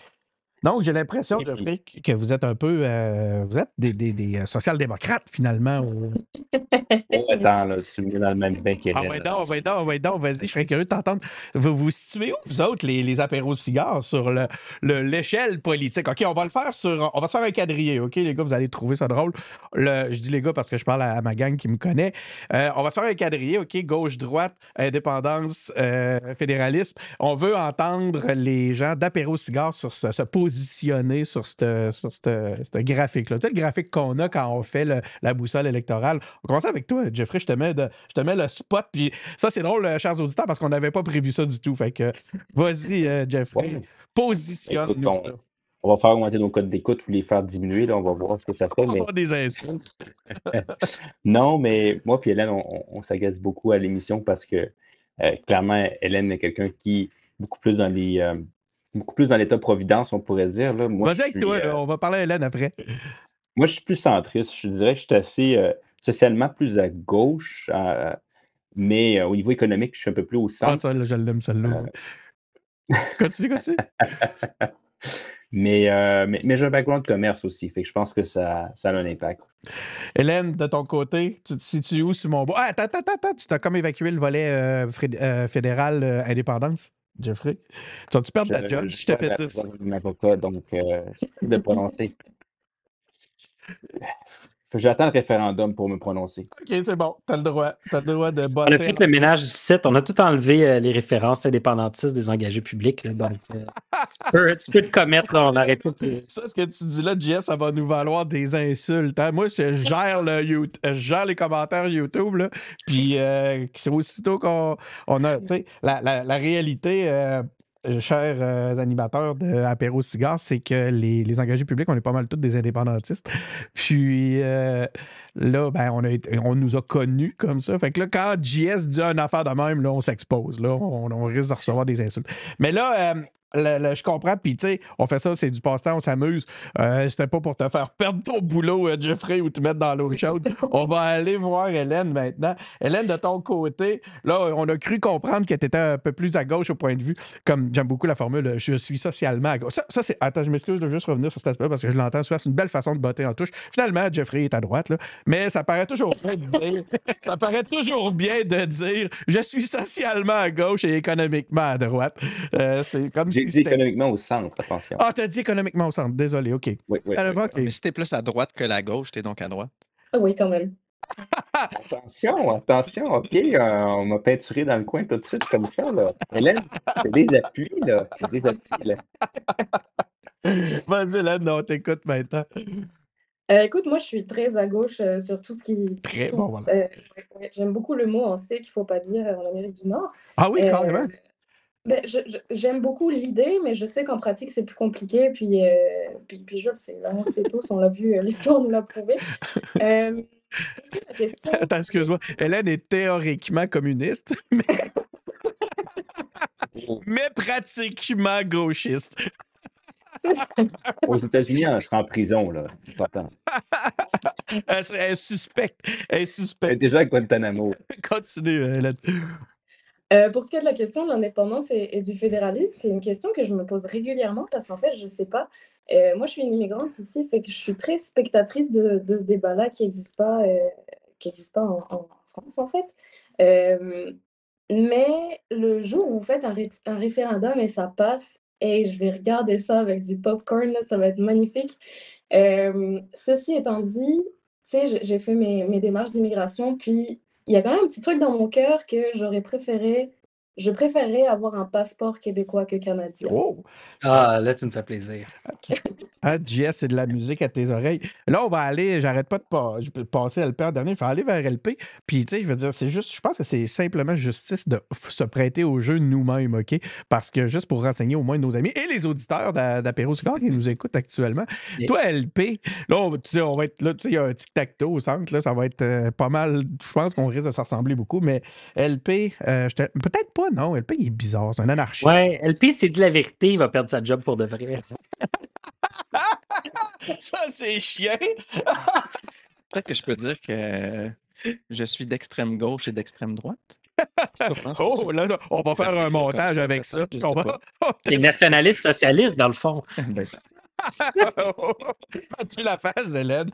Donc, j'ai l'impression, Et puis- Geoffrey, que vous êtes un peu. euh, vous êtes des, des, des euh, social-démocrates, finalement. au- Oh, attends, là, tu me mets dans le même bain qu'Hélène. Ah, ouais, donc, ouais, donc, ouais, donc, vas-y, je serais curieux de t'entendre. Vous vous situez où, vous autres, les, les apéros cigares, sur le, le- l'échelle politique? OK, on va le faire sur. On va se faire un quadrillé, OK, les gars, vous allez trouver ça drôle. Le, je dis les gars parce que je parle à, à ma gang qui me connaît. Euh, on va se faire un quadrillé, OK, gauche-droite, indépendance, euh, fédéralisme. On veut entendre les gens d'apéros cigares sur ce- se positionner sur ce sur cette- ce graphique-là. Tu sais, le graphique qu'on a quand on fait le- la boussole électorale. On commence avec toi, Jeffrey, je te mets, de- je te mets le spot. Puis ça, c'est drôle, euh, chers auditeurs, parce qu'on n'avait pas prévu ça du tout. Fait que vas-y, euh, Jeffrey, Ouais. positionne-nous. Écoute, on- On va faire augmenter nos codes d'écoute ou les faire diminuer. Là, on va voir ce que ça fait. On va Mais... avoir des insultes. Non, mais moi et Hélène, on, on- on s'agace beaucoup à l'émission parce que euh, clairement, Hélène est quelqu'un qui est beaucoup plus dans les euh, beaucoup plus dans l'état-providence, on pourrait dire. Là. Moi, Vas-y je avec suis, toi, euh, là, on va parler à Hélène après. moi, je suis plus centriste. Je dirais que je suis assez euh, socialement plus à gauche, euh, mais euh, au niveau économique, je suis un peu plus au Ah, centre. ça, là, je l'aime, celle-là. Continue, continue. Mais, euh, mais, mais j'ai un background de commerce aussi, fait que je pense que ça, ça a un impact. Hélène, de ton côté, tu te situes où sur mon bout? Ah, attends, attends, attends, tu t'as comme évacué le volet euh, fré- euh, fédéral euh, indépendance, Jeffrey. Tu vas-tu perdre ta job si je te fais dire ça? Un avocat, donc euh, c'est difficile de prononcer. Faut que j'attends le référendum pour me prononcer. OK, c'est bon. T'as le droit. T'as le droit de On a botter. fait le ménage du site, on a tout enlevé euh, les références indépendantistes des engagés publics. Là, donc, euh, un peu- tu peux te commettre, là, on arrête tout. euh, Ça, ce que tu dis là, Jess, ça va nous valoir des insultes. Hein? Moi, je gère, le You- je gère les commentaires YouTube, là, puis euh, c'est aussitôt qu'on on a, tu sais, la, la, la réalité, euh, euh, chers euh, animateurs de Apéro Cigare, c'est que les, les engagés publics, on est pas mal tous des indépendantistes. Puis euh, là, ben, on, a été- on nous a connus comme ça. Fait que là, quand J S dit une affaire de même, là, on s'expose. Là, on, on risque de recevoir des insultes. Mais là, euh, le- le- je comprends, puis tu sais, on fait ça, c'est du passe-temps, on s'amuse. Euh, C'était pas pour te faire perdre ton boulot, euh, Jeffrey, ou te mettre dans l'eau chaude. On va aller voir Hélène maintenant. Hélène, de ton côté, là, on a cru comprendre que tu étais un peu plus à gauche au point de vue, comme j'aime beaucoup la formule euh, je suis socialement à gauche. Ça, ça c'est. Attends, je m'excuse de juste revenir sur cet aspect parce que je l'entends souvent. C'est une belle façon de botter en touche. Finalement, Jeffrey est à droite, là. Mais ça paraît toujours bien de dire. Ça paraît toujours bien de dire je suis socialement à gauche et économiquement à droite. Euh, c'est comme J'ai si dit c'était. économiquement au centre, attention. Ah, t'as dit économiquement au centre. Désolé, OK. Oui, oui, Alors, oui. OK. Mais si t'es plus à droite que la gauche, t'es donc à droite. Ah oui, quand même. Attention, attention, OK, euh, on m'a peinturé dans le coin tout de suite comme ça, là. Hélène, c'est des appuis, là. C'est des appuis, là. Vas-y, Hélène, on t'écoute maintenant. Euh, écoute, moi, je suis très à gauche euh, sur tout ce qui. Très tout- bon, voilà. euh, ouais, ouais, j'aime beaucoup le mot en C qu'il ne faut pas dire en Amérique du Nord. Ah oui, Euh, carrément. ben, je- je- j'aime beaucoup l'idée, mais je sais qu'en pratique, c'est plus compliqué. Puis, euh, puis, puis je le sais, là, on le sait tous, on l'a vu, euh, l'histoire nous l'a prouvé. Euh, aussi, la question. Attends, excuse-moi. Hélène est théoriquement communiste, mais, mais pratiquement gauchiste. C'est ça. Aux États-Unis, elle sera en prison, là. C'est important. Elle, serait- elle est suspecte. Elle est Elle est suspecte. déjà à Guantanamo. Continue, Hélène. Euh, pour ce qui est de la question de l'indépendance et, et du fédéralisme, c'est une question que je me pose régulièrement parce qu'en fait, je ne sais pas. Euh, moi, je suis une immigrante ici, fait que je suis très spectatrice de, de ce débat-là qui n'existe pas, euh, qui existe pas en, en France, en fait. Euh, mais le jour où vous faites un, ré- un référendum et ça passe, et je vais regarder ça avec du popcorn, là, ça va être magnifique. Euh, ceci étant dit, tu sais, j'ai- j'ai fait mes, mes démarches d'immigration, puis il y a quand même un petit truc dans mon cœur que j'aurais préféré, je préférerais avoir un passeport québécois que canadien. Oh! Ah, là, tu me fais plaisir. Hein, J S, c'est de la musique à tes oreilles. Là, on va aller, j'arrête pas de pas, je peux passer L P en dernier, il faut aller vers L P. Puis, tu sais, je veux dire, c'est juste, je pense que c'est simplement justice de f- se prêter au jeu nous-mêmes, OK? Parce que juste pour renseigner au moins nos amis et les auditeurs d'A- d'Apéro Cigar qui nous écoutent actuellement. Et- Toi, L P, là, on, tu sais, on va être là, tu sais, il y a un tic-tac-toe au centre, là, ça va être euh, pas mal, je pense qu'on risque de se ressembler beaucoup, mais L P, euh, je te- peut-être pas, non, L P, il est bizarre, c'est un anarchiste. Ouais, L P s'est dit la vérité, il va perdre sa job pour de vrai. Ça, c'est chiant! Peut-être que je peux dire que je suis d'extrême gauche et d'extrême droite. Tu comprends? C'est Oh, sûr. là, on va faire un Comme montage ça, avec ça, ça. je sais On va- pas. Les nationalistes socialistes, dans le fond. Ben, c'est- As-tu la face d'Hélène?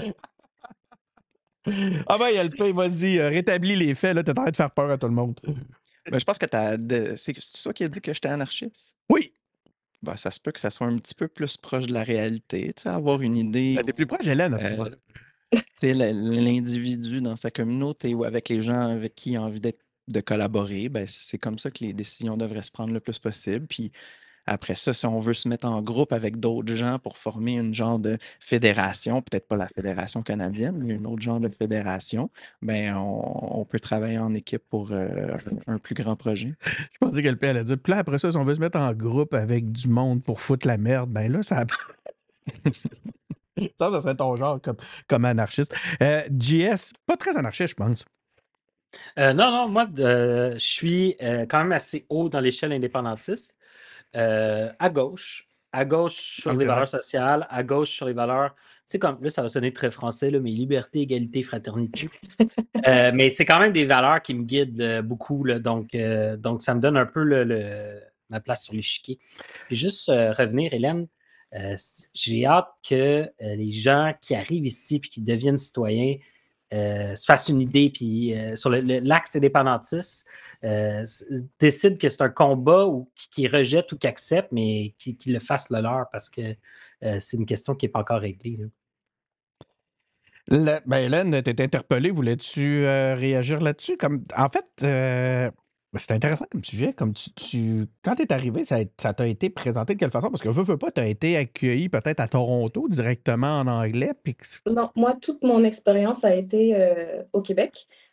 Ah ben, L P, vas-y, euh, rétablis les faits, là, t'es en train de faire peur à tout le monde. ben, je pense que t'as. de- C'est c'est toi qui as dit que j'étais anarchiste? Oui, Ben, ça se peut que ça soit un petit peu plus proche de la réalité, tu sais, avoir une idée. ben, t'es plus proche d'Hélène à ce Euh, moment-là. Tu sais, le- l'individu dans sa communauté ou avec les gens avec qui il a envie d'être, de collaborer, ben, c'est comme ça que les décisions devraient se prendre le plus possible. Puis après ça, si on veut se mettre en groupe avec d'autres gens pour former une genre de fédération, peut-être pas la fédération canadienne, mais une autre genre de fédération, ben, on, on peut travailler en équipe pour euh, un, un plus grand projet. Je pensais que L P allait dire. Puis là, après ça, si on veut se mettre en groupe avec du monde pour foutre la merde, ben là, ça. Ça, ça serait ton genre comme, comme anarchiste. Euh, J S, pas très anarchiste, je pense. Euh, non, non, moi, euh, je suis euh, quand même assez haut dans l'échelle indépendantiste. Euh, à gauche, à gauche sur Ok. les valeurs sociales, à gauche sur les valeurs, tu sais, comme là, ça va sonner très français, là, mais liberté, égalité, fraternité. Euh, mais c'est quand même des valeurs qui me guident euh, beaucoup, là, donc, euh, donc ça me donne un peu le, le- ma place sur l'échiquier. Puis juste euh, revenir, Hélène, euh, c- j'ai hâte que euh, les gens qui arrivent ici et qui deviennent citoyens euh, se fassent une idée, puis euh, sur le- le- l'axe indépendantiste, euh, s- décident que c'est un combat ou qui, qui rejette ou qui accepte, mais qui, qui le fassent le leur parce que euh, c'est une question qui n'est pas encore réglée, là. Le- ben, Hélène, t'es interpellée. Voulais-tu euh, réagir là-dessus? Comme, en fait, euh, c'est intéressant comme sujet. Comme tu, tu- quand tu es arrivé, ça, a- ça t'a été présenté de quelle façon? Parce que veux, veux pas, tu as été accueilli peut-être à Toronto directement en anglais. Puis que- Non, moi, toute mon expérience a été euh, au Québec.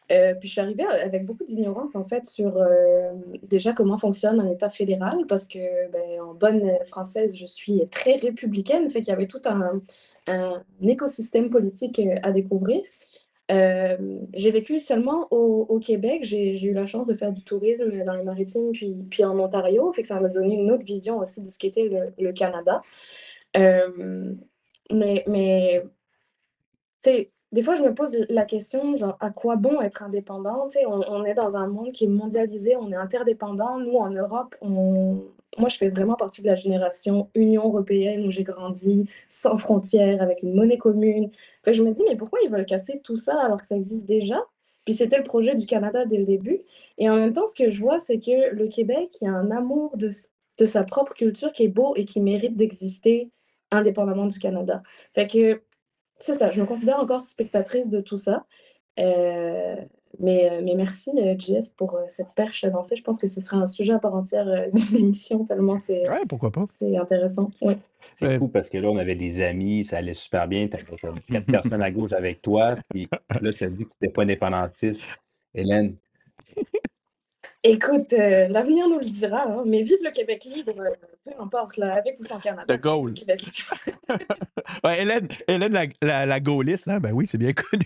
Euh, puis je suis arrivée avec beaucoup d'ignorance en fait sur euh, déjà comment fonctionne un État fédéral parce que ben, en bonne française je suis très républicaine, fait qu'il y avait tout un, un écosystème politique euh, à découvrir. Euh, j'ai vécu seulement au, au Québec, j'ai j'ai eu la chance de faire du tourisme dans les maritimes puis, puis en Ontario, fait que ça m'a donné une autre vision aussi de ce qu'était le, le Canada. Euh, mais mais tu sais, des fois, je me pose la question, genre, à quoi bon être indépendant? Tu sais, on, on est dans un monde qui est mondialisé, on est interdépendant. Nous, en Europe, on... moi, je fais vraiment partie de la génération Union européenne où j'ai grandi sans frontières, avec une monnaie commune. Fait que je me dis, mais pourquoi ils veulent casser tout ça alors que ça existe déjà? Puis c'était le projet du Canada dès le début. Et en même temps, ce que je vois, c'est que le Québec, il y a un amour de, de sa propre culture qui est beau et qui mérite d'exister indépendamment du Canada. Fait que c'est ça, je me considère encore spectatrice de tout ça. Euh, mais, euh, mais merci, euh, Jess, pour euh, cette perche lancée. Je pense que ce serait un sujet à part entière euh, d'une émission, tellement c'est Ouais, pourquoi pas? c'est intéressant. Ouais. C'est Ouais. fou parce que là, on avait des amis, ça allait super bien. Tu avais comme quatre personnes à gauche avec toi. Puis là, tu as dit que tu n'étais pas indépendantiste. Hélène, Écoute, euh, l'avenir nous le dira, hein, mais vive le Québec libre, euh, peu importe, là, avec ou sans Canada. De Gaulle. vive le Québec libre. Ouais, Hélène, Hélène la, la, la gaulliste, hein? Ben oui, c'est bien connu.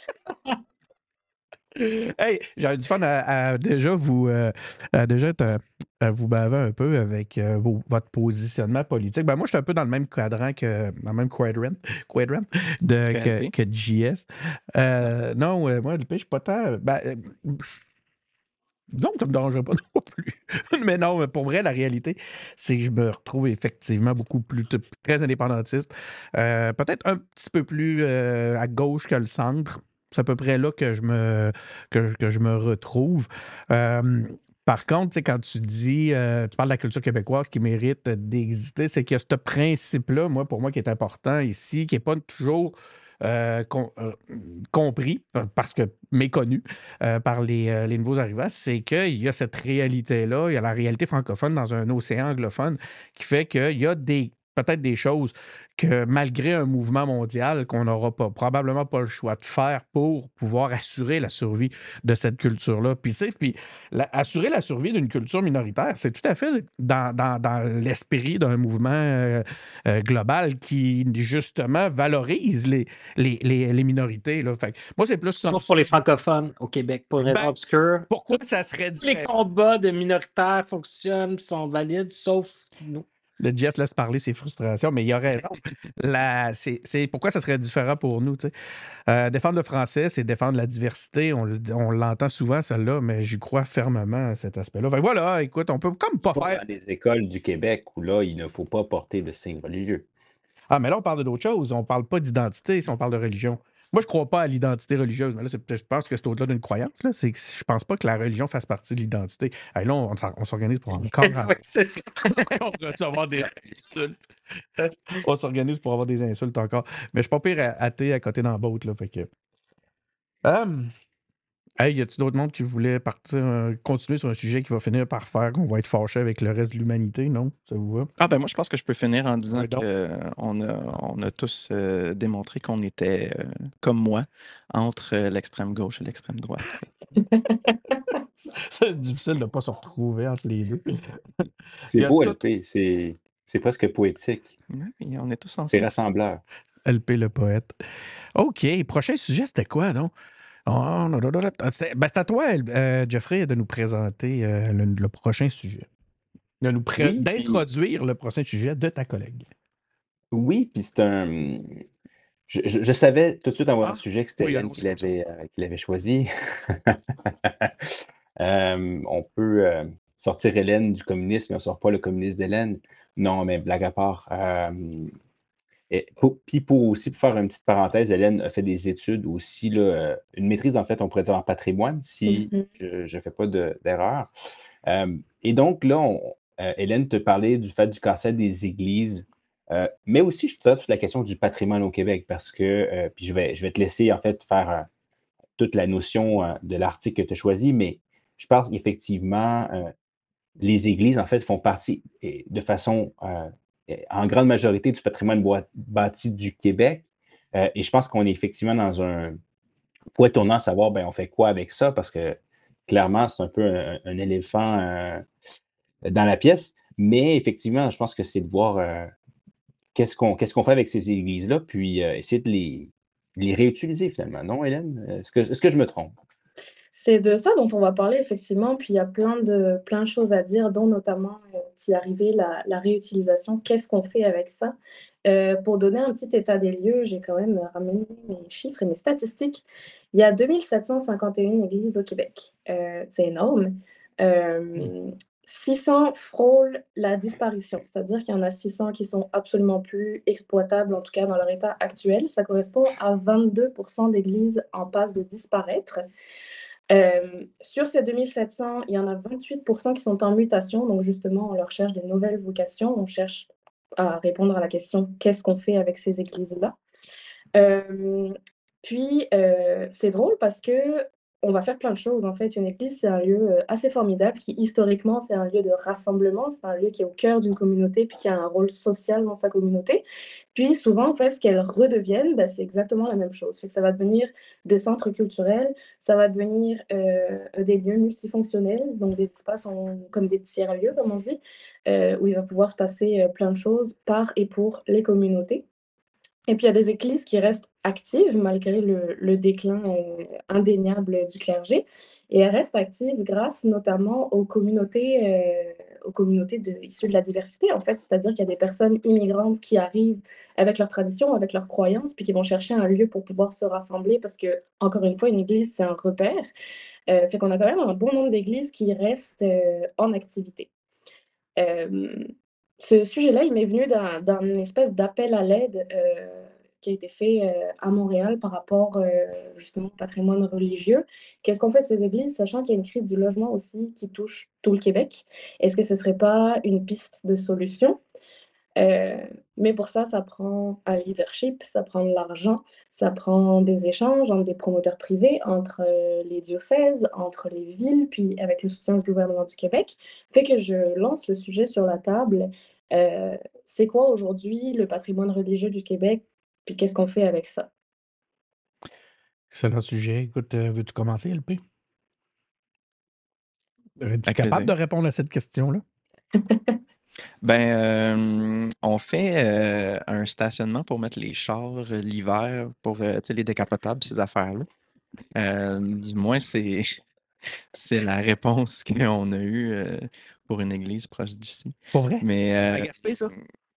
Hey, j'avais du fun à, à déjà vous euh, à déjà te- à vous baver un peu avec euh, vos- votre positionnement politique. Ben moi, je suis un peu dans le même cadran que dans le même quadrant, quadrant de, que, L P. que J S. Euh, non, euh, moi, le P, je suis pas tant. Ben, euh, donc, ça me dérangerait pas non plus. Mais non, mais pour vrai, la réalité, c'est que je me retrouve effectivement beaucoup plus t- très indépendantiste. Euh, peut-être un petit peu plus euh, à gauche que le centre. C'est à peu près là que je me, que, que je me retrouve. Euh, par contre, tu sais, quand tu dis, euh, tu parles de la culture québécoise qui mérite d'exister, c'est qu'il y a ce principe-là, moi, pour moi, qui est important ici, qui n'est pas toujours euh, com- euh, compris, parce que méconnu euh, par les, euh, les nouveaux arrivants, c'est qu'il y a cette réalité-là, il y a la réalité francophone dans un océan anglophone qui fait qu'il y a des peut-être des choses que malgré un mouvement mondial qu'on n'aura pas, probablement pas le choix de faire pour pouvoir assurer la survie de cette culture-là. Puis, tu sais, puis la- assurer la survie d'une culture minoritaire, c'est tout à fait dans, dans- dans l'esprit d'un mouvement euh, euh, global qui, justement, valorise les, les, les, les minorités. Là. Fait que moi, c'est plus ça. Sauf pour les francophones au Québec, pour une raison Ben, obscure. pourquoi Tous ça serait tous les différent? combats de minoritaires fonctionnent, sont valides, sauf nous. Le Jess laisse parler ses frustrations, mais il y a raison. La- c'est, c'est pourquoi ça serait différent pour nous. Tu sais. Euh, défendre le français, c'est défendre la diversité. On, le- on l'entend souvent, celle-là, mais j'y crois fermement à cet aspect-là. Fait que voilà, écoute, on peut comme pas sauf faire. dans les écoles du Québec où là, il ne faut pas porter de signes religieux. Ah, mais là, on parle d'autre chose. On parle pas d'identité si on parle de religion. Moi, je crois pas à l'identité religieuse, mais là, c'est- je pense que c'est au-delà d'une croyance. Là. C'est que je pense pas que la religion fasse partie de l'identité. Hey, là, on, s'en- on s'organise pour encore, Oui, c'est ça. encore recevoir des insultes. On s'organise pour avoir des insultes encore. Mais je suis pas pire à- athée à côté dans la botte, là. Fait que. Hum, hey, y a-tu d'autres mondes qui voulaient partir, euh, continuer sur un sujet qui va finir par faire qu'on va être fâché avec le reste de l'humanité, non? Ça vous va? Ah ben moi, je pense que je peux finir en disant Ouais, donc. qu'on a, on a tous euh, démontré qu'on était, euh, comme moi, entre euh, l'extrême gauche et l'extrême droite. C'est difficile de ne pas se retrouver entre les deux. Il C'est y a beau, tout L P. C'est c'est presque poétique. Oui, on est tous C'est ensemble. rassembleur. L P le poète. OK, prochain sujet, c'était quoi, non? Oh, non, non, non, non, c'est ben, c'est à toi, euh, Jeffrey, de nous présenter euh, le, le prochain sujet. De nous pré- Oui, puis d'introduire le prochain sujet de ta collègue. oui, puis c'est un. Je, je- je savais tout de suite en voyant Ah, le sujet que c'était oui, Hélène allons-y qui comme ça. l'avait euh, qui l'avait choisi. Euh, on peut euh, sortir Hélène du communisme, mais on ne sort pas le communisme d'Hélène. Non, mais blague à part. euh, et pour- puis pour aussi, pour faire une petite parenthèse, Hélène a fait des études aussi, là, euh, une maîtrise en fait, on pourrait dire en patrimoine, si Mhm. je ne fais pas de- d'erreur. Euh, et donc là, on- euh, Hélène te parlait du fait du cancer des églises, euh, mais aussi, je te dirais, toute la question du patrimoine au Québec, parce que, euh, puis je vais, je vais te laisser en fait faire euh, toute la notion euh, de l'article que tu as choisi, mais je pense qu'effectivement, euh, les églises, en fait, font partie et de façon euh, en grande majorité du patrimoine boi- bâti du Québec. Euh, et je pense qu'on est effectivement dans un, Pour étonnant à savoir, ben, on fait quoi avec ça? Parce que clairement, c'est un peu un, un éléphant euh, dans la pièce. Mais effectivement, je pense que c'est de voir euh, qu'est-ce qu'on qu'est-ce qu'on fait avec ces églises-là, puis euh, essayer de les, les réutiliser finalement. Non, Hélène? Est-ce que, est-ce que je me trompe? C'est de ça dont on va parler effectivement, puis il y a plein de, plein de choses à dire, dont notamment euh, d'y arriver, la, la réutilisation, qu'est-ce qu'on fait avec ça? Euh, pour donner un petit état des lieux, j'ai quand même ramené mes chiffres et mes statistiques. Il y a deux mille sept cent cinquante et un églises au Québec. Euh, c'est énorme. Euh, six cents frôlent la disparition, c'est-à-dire qu'il y en a six cents qui sont absolument plus exploitables, en tout cas dans leur état actuel. Ça correspond à vingt-deux pour cent d'églises en passe de disparaître. Euh, sur ces deux mille sept cents, il y en a vingt-huit pour cent qui sont en mutation. Donc, justement, on leur cherche des nouvelles vocations. On cherche à répondre à la question qu'est-ce qu'on fait avec ces églises-là? Euh, puis, euh, c'est drôle parce que on va faire plein de choses. En fait, une église, c'est un lieu euh, assez formidable qui, historiquement, c'est un lieu de rassemblement. C'est un lieu qui est au cœur d'une communauté puis qui a un rôle social dans sa communauté. Puis, souvent, en fait, ce qu'elles redeviennent, ben, c'est exactement la même chose. Fait que ça va devenir des centres culturels, ça va devenir euh, des lieux multifonctionnels, donc des espaces en- comme des tiers-lieux, comme on dit, euh, où il va pouvoir se passer euh, plein de choses par et pour les communautés. Et puis, il y a des églises qui restent actives malgré le, le déclin euh, indéniable du clergé. Et elles restent actives grâce notamment aux communautés, euh, aux communautés de, issues de la diversité, en fait. C'est-à-dire qu'il y a des personnes immigrantes qui arrivent avec leurs traditions, avec leurs croyances, puis qui vont chercher un lieu pour pouvoir se rassembler parce que, encore une fois, une église, c'est un repère. Euh, fait qu'on a quand même un bon nombre d'églises qui restent euh, en activité. Euh, Ce sujet-là, il m'est venu d'un d'un espèce d'appel à l'aide euh, qui a été fait euh, à Montréal par rapport euh, justement au patrimoine religieux. Qu'est-ce qu'on fait de ces églises, sachant qu'il y a une crise du logement aussi qui touche tout le Québec? Est-ce que ce ne serait pas une piste de solution? Euh, mais pour ça, ça prend un leadership, ça prend de l'argent, ça prend des échanges entre des promoteurs privés, entre euh, les diocèses, entre les villes, puis avec le soutien du gouvernement du Québec. Fait que je lance le sujet sur la table. Euh, c'est quoi aujourd'hui le patrimoine religieux du Québec, puis qu'est-ce qu'on fait avec ça? Excellent sujet. Écoute, euh, veux-tu commencer, L P? Es-tu Avec capable de plaisir. répondre à cette question-là? Ben, euh, on fait euh, un stationnement pour mettre les chars euh, l'hiver pour euh, tu sais, les décapotables, ces affaires-là. Euh, du moins, c'est c'est la réponse qu'on a eue euh, pour une église proche d'ici. Pour vrai? Mais, À euh, Gaspé, ça?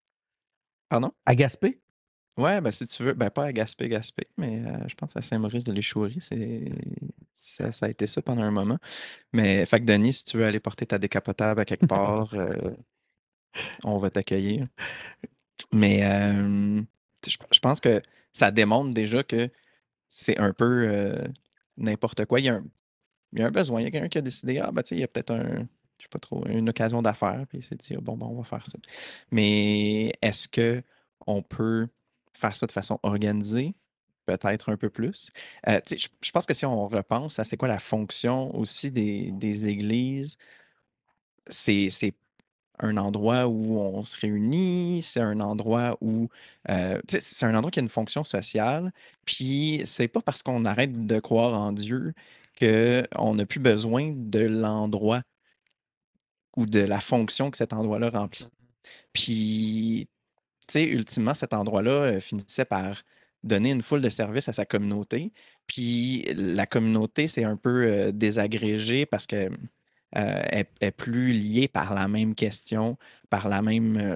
pardon? À Gaspé? Ouais, ben si tu veux, ben pas à Gaspé, Gaspé, mais euh, je pense à Saint-Maurice de l'Échouerie, c'est ça, ça a été ça pendant un moment. Mais fait que Denis, si tu veux aller porter ta décapotable à quelque part, euh, on va t'accueillir. Mais euh, je, je pense que ça démontre déjà que c'est un peu euh, n'importe quoi. Il y a un, il y a un besoin. Il y a quelqu'un qui a décidé, ah, ben, tu sais, il y a peut-être un, je sais pas trop, une occasion d'affaires, puis il s'est dit, ah, bon, bon, on va faire ça. Mais est-ce que on peut faire ça de façon organisée? Peut-être un peu plus. Euh, tu sais, je, je pense que si on repense à c'est quoi la fonction aussi des, des églises, c'est c'est un endroit où on se réunit, c'est un endroit où, euh, tu sais, c'est un endroit qui a une fonction sociale, puis c'est pas parce qu'on arrête de croire en Dieu qu'on n'a plus besoin de l'endroit ou de la fonction que cet endroit-là remplit. Puis, tu sais, ultimement, cet endroit-là euh, finissait par donner une foule de services à sa communauté. Puis la communauté s'est un peu euh, désagrégée parce que euh, est, est plus liée par la même question, par la même, euh,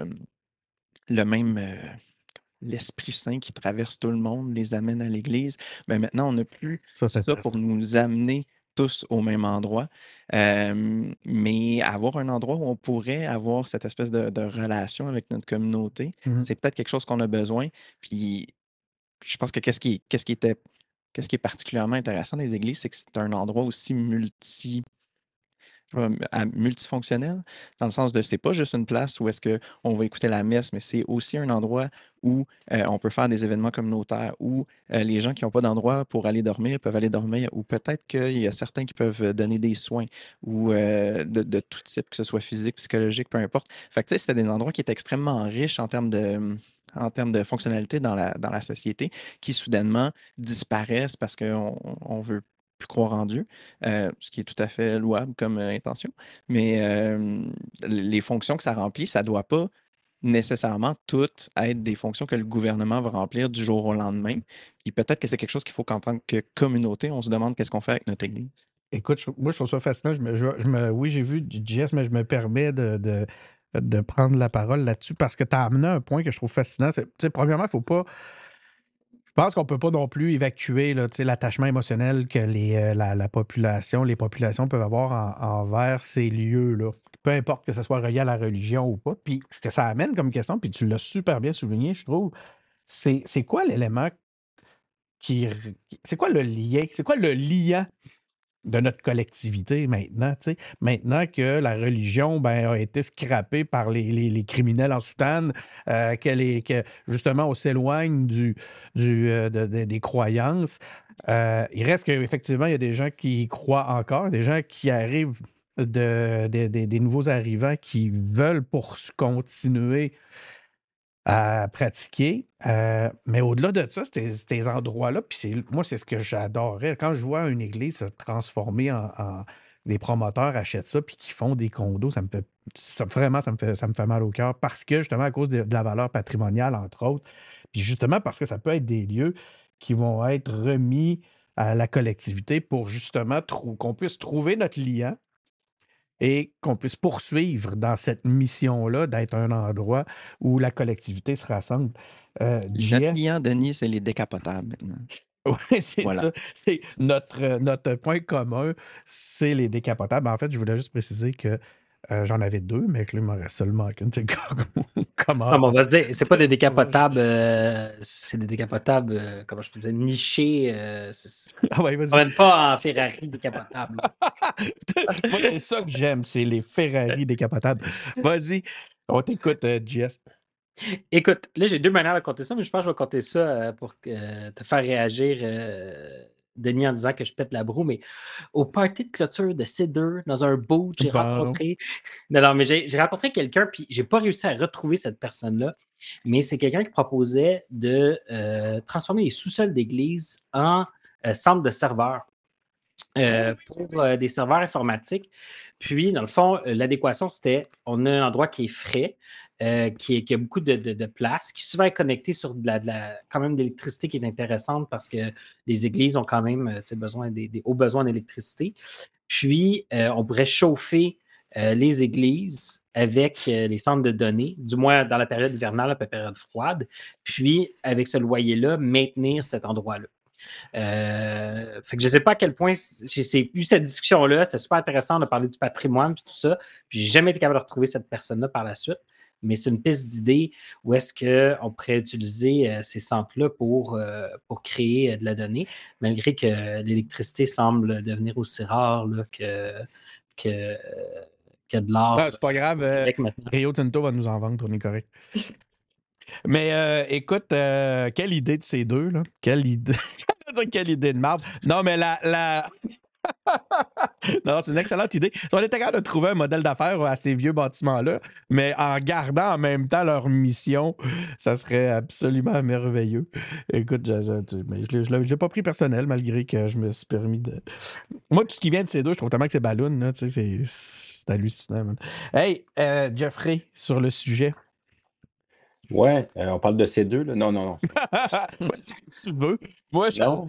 le même, euh, l'Esprit Saint qui traverse tout le monde, les amène à l'Église. Mais maintenant, on n'a plus Ça, c'est ça pour intéressant. nous amener tous au même endroit. Euh, mais avoir un endroit où on pourrait avoir cette espèce de, de relation avec notre communauté, Mhm. c'est peut-être quelque chose qu'on a besoin. Puis je pense que qu'est-ce qui, qu'est-ce qui était, qu'est-ce qui est particulièrement intéressant des églises, c'est que c'est un endroit aussi multi euh, à- multifonctionnel, dans le sens de c'est pas juste une place où est-ce qu'on va écouter la messe, mais c'est aussi un endroit où euh, on peut faire des événements communautaires, où euh, les gens qui n'ont pas d'endroit pour aller dormir peuvent aller dormir, ou peut-être qu'il y a certains qui peuvent euh, donner des soins, ou euh, de, de tout type, que ce soit physique, psychologique, peu importe. Fait que tu sais, c'était des endroits qui étaient extrêmement riches en termes de en termes de fonctionnalité dans la, dans la société qui soudainement disparaissent parce qu'on on veut plus croire en Dieu, euh, ce qui est tout à fait louable comme euh, intention. Mais euh, les fonctions que ça remplit, ça ne doit pas nécessairement toutes être des fonctions que le gouvernement va remplir du jour au lendemain. Puis peut-être que c'est quelque chose qu'il faut qu'en tant que communauté, on se demande qu'est-ce qu'on fait avec notre Église. Écoute, je- moi, je trouve ça fascinant. Je me, je, je me- oui, j'ai vu du J S, mais je me permets de, de, de prendre la parole là-dessus parce que tu as amené un point que je trouve fascinant. C'est- tu sais, premièrement, il ne faut pas. Je pense qu'on ne peut pas non plus évacuer là, tu sais, l'attachement émotionnel que les, euh, la, la population, les populations peuvent avoir en- envers ces lieux-là. Peu importe que ce soit relié à la religion ou pas. Puis ce que ça amène comme question, puis tu l'as super bien souligné, je trouve, c'est c'est quoi l'élément qui. qui- C'est quoi le lien? C'est quoi le liant de notre collectivité maintenant, tu sais. Maintenant que la religion ben, a été scrappée par les, les- les criminels en soutane, euh, que, les- que justement on s'éloigne du, du, euh, de- de- des croyances, euh, il reste qu'effectivement, il y a des gens qui y croient encore, des gens qui arrivent de, de- de- des nouveaux arrivants qui veulent pour continuer à pratiquer. Euh, mais au-delà de ça, ces, ces endroits-là, puis c'est, moi, c'est ce que j'adorais. Quand je vois une église se transformer en, en- les promoteurs achètent ça puis qui font des condos, ça me fait ça- vraiment, ça me fait, ça me fait mal au cœur parce que justement, à cause de, de la valeur patrimoniale, entre autres, puis justement parce que ça peut être des lieux qui vont être remis à la collectivité pour justement trou- qu'on puisse trouver notre liant et qu'on puisse poursuivre dans cette mission-là d'être un endroit où la collectivité se rassemble. Euh, Notre J S, client, Denis, c'est les décapotables maintenant. ouais, c'est Voilà. ça. C'est notre, euh, notre point commun, c'est les décapotables. En fait, je voulais juste préciser que euh, j'en avais deux, mais que là, il m'en reste seulement qu'une. C'est comme- comment Non, mais on va se dire, c'est pas des Ouais. décapotables, euh, c'est des décapotables, euh, comment je peux dire, nichés. Euh, c'est- c'est- Ah ouais, Ils ne vas-y. promènent pas en Ferrari décapotable. Moi, c'est ça que j'aime, c'est les Ferrari décapotables. Vas-y, on t'écoute, euh, J S. Écoute, là, j'ai deux manières de compter ça, mais je pense que je vais compter ça euh, pour que- euh, te faire réagir, euh, Denis, en disant que je pète la broue. Mais au party de clôture de C deux, dans un boat, j'ai Bon. rencontré. Non, non, mais j'ai j'ai rencontré quelqu'un, puis j'ai pas réussi à retrouver cette personne-là. Mais c'est quelqu'un qui proposait de euh, transformer les sous-sols d'église en euh, centre de serveurs. euh, pour euh, des serveurs informatiques. Puis, dans le fond, euh, l'adéquation, c'était on a un endroit qui est frais, euh, qui, est- qui a beaucoup de, de- de place, qui souvent est connecté sur de la, de la- quand même d'électricité qui est intéressante parce que les églises ont quand même euh, tu sais, besoin des, des hauts besoins d'électricité. Puis, euh, on pourrait chauffer euh, les églises avec euh, les centres de données, du moins dans la période hivernale, la période froide. Puis, avec ce loyer-là, maintenir cet endroit-là. Euh, fait que je ne sais pas à quel point j'ai j'ai eu cette discussion-là. C'était super intéressant de parler du patrimoine et tout ça. Puis j'ai jamais été capable de retrouver cette personne-là par la suite. Mais c'est une piste d'idée où est-ce qu'on pourrait utiliser euh, ces centres-là pour, euh, pour créer euh, de la donnée, malgré que l'électricité semble devenir aussi rare là, que, que, que de l'or Ah, c'est pas grave. au euh, Québec maintenant. Rio Tinto va nous en vendre, on est correct. Mais euh, écoute, euh, quelle idée de ces deux, là? Quelle idée. Quelle idée de marde. Non, mais la. la... non, c'est une excellente idée. Si on était capable de trouver un modèle d'affaires à ces vieux bâtiments-là, mais en gardant en même temps leur mission, ça serait absolument merveilleux. Écoute, je, je, mais je ne l'ai pas pris personnel, malgré que je me suis permis de. Moi, tout ce qui vient de ces deux, je trouve tellement que c'est ballon, là, tu sais, c'est, c'est hallucinant. Man. Hey, euh, Jeffrey, sur le sujet. Ouais, euh, on parle de ces deux, là. Non, non, non. Si tu veux. Moi, je... Non.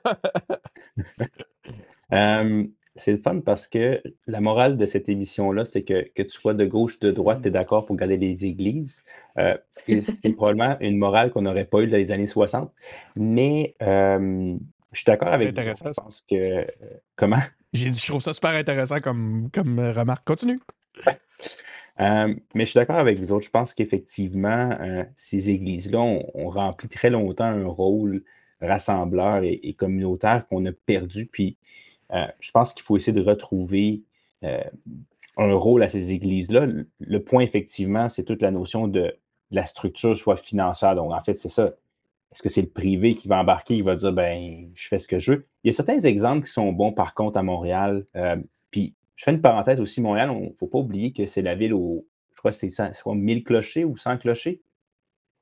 Euh, c'est le fun parce que la morale de cette émission-là, c'est que que tu sois de gauche, de droite, tu es d'accord pour garder les églises. Euh, et c'est probablement une morale qu'on n'aurait pas eue dans les années soixante. Mais euh, je suis d'accord avec vous. intéressant, Je ça. pense que. euh, comment? J'ai dit, je trouve ça super intéressant comme, comme euh, remarque. Continue. Euh, mais je suis d'accord avec vous autres. Je pense qu'effectivement, euh, ces églises-là ont, ont rempli très longtemps un rôle rassembleur et, et communautaire qu'on a perdu. Puis, euh, je pense qu'il faut essayer de retrouver euh, un rôle à ces églises-là. Le, le point, effectivement, c'est toute la notion de, de la structure, soit financière. Donc, en fait, c'est ça. Est-ce que c'est le privé qui va embarquer, il va dire, ben, je fais ce que je veux? Il y a certains exemples qui sont bons, par contre, à Montréal. Euh, puis, je fais une parenthèse aussi, Montréal, il ne faut pas oublier que c'est la ville où, je crois que c'est ça, c'est quoi, mille clochers ou cent clochers?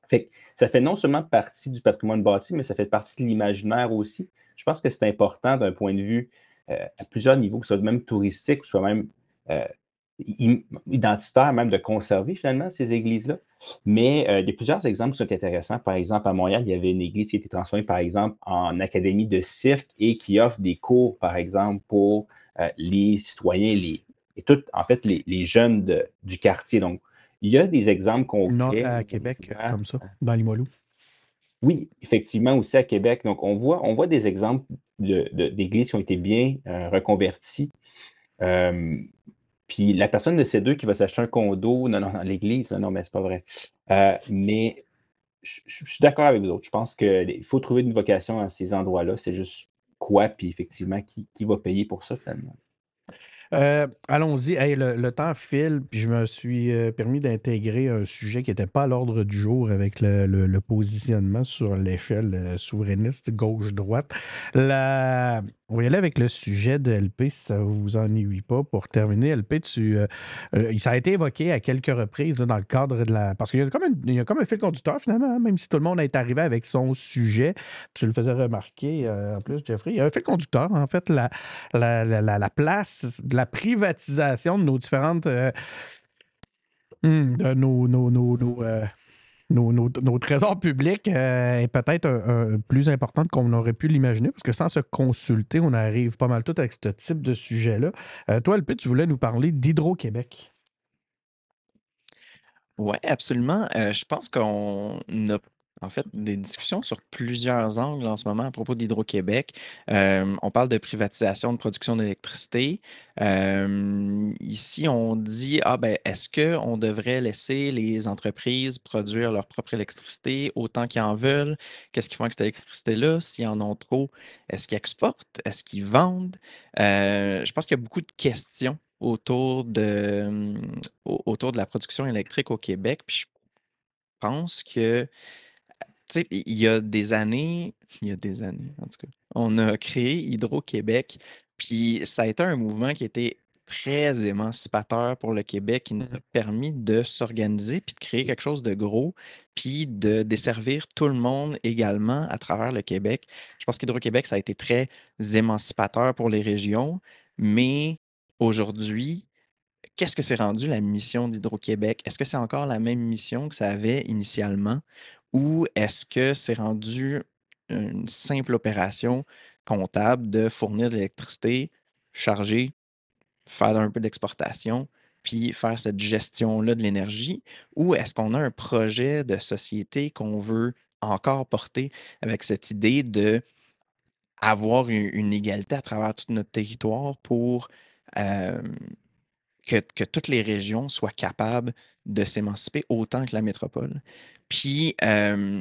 Fait que ça fait non seulement partie du patrimoine bâti, mais ça fait partie de l'imaginaire aussi. Je pense que c'est important d'un point de vue euh, à plusieurs niveaux, que ce soit même touristique, que ce soit même euh, im- identitaire, même de conserver finalement ces églises-là. Mais euh, il y a plusieurs exemples qui sont intéressants. Par exemple, à Montréal, il y avait une église qui a été transformée, par exemple, en académie de cirque et qui offre des cours, par exemple, pour euh, les citoyens, les, et tout, en fait, les, les jeunes de- du quartier. Donc, il y a des exemples Non, concrets, à où, Québec, effectivement, comme ça, dans Limoilou. oui, effectivement, aussi à Québec. Donc, on voit, on voit des exemples de- de- d'églises qui ont été bien euh, reconverties. Euh, Puis la personne de ces deux qui va s'acheter un condo, non, non, dans l'église, non, non, mais c'est pas vrai. Euh, mais je je- je suis d'accord avec vous autres. Je pense qu'il faut trouver une vocation à ces endroits-là. C'est juste quoi, puis effectivement, qui, qui va payer pour ça, finalement. Euh, allons-y. Hey, le, le temps file, puis je me suis euh, permis d'intégrer un sujet qui n'était pas à l'ordre du jour avec le, le- le positionnement sur l'échelle euh, souverainiste gauche-droite. La... On va y aller avec le sujet de L P, si ça ne vous ennuie pas. Pour terminer, L P, tu, euh, euh, ça a été évoqué à quelques reprises là, dans le cadre de la... Parce qu'il y a comme, un, il y a comme un fil conducteur, finalement, hein, même si tout le monde est arrivé avec son sujet. Tu le faisais remarquer, euh, en plus, Jeffrey. Il y a un fil conducteur, en fait, la, la, la, la, la place de la privatisation de nos différentes... euh, hmm, de nos, nos, nos, nos, euh, nos, nos- nos trésors publics euh, est peut-être un- un plus importante qu'on aurait pu l'imaginer, parce que sans se consulter, on arrive pas mal tout avec ce type de sujet-là. Euh, toi, L P, tu voulais nous parler d'Hydro-Québec. Oui, absolument. Euh, je pense qu'on a en fait des discussions sur plusieurs angles en ce moment à propos d'Hydro-Québec. Euh, on parle de privatisation de production d'électricité. Euh, ici, on dit, ah ben, est-ce qu'on devrait laisser les entreprises produire leur propre électricité autant qu'ils en veulent? Qu'est-ce qu'ils font avec cette électricité-là? S'ils en ont trop, est-ce qu'ils exportent? Est-ce qu'ils vendent? Euh, je pense qu'il y a beaucoup de questions autour de, au- autour de la production électrique au Québec. Puis je pense que, tu sais, il y a des années, il y a des années, en tout cas, on a créé Hydro-Québec, puis ça a été un mouvement qui était très émancipateur pour le Québec, qui nous a Mhm. permis de s'organiser, puis de créer quelque chose de gros, puis de desservir tout le monde également à travers le Québec. Je pense qu'Hydro-Québec, ça a été très émancipateur pour les régions, mais aujourd'hui, qu'est-ce que c'est rendu la mission d'Hydro-Québec? Est-ce que c'est encore la même mission que ça avait initialement ou est-ce que c'est rendu une simple opération comptable de fournir de l'électricité, charger, faire un peu d'exportation, puis faire cette gestion-là de l'énergie? Ou est-ce qu'on a un projet de société qu'on veut encore porter avec cette idée de avoir une, une égalité à travers tout notre territoire pour euh, que, que toutes les régions soient capables de s'émanciper autant que la métropole. Puis, euh,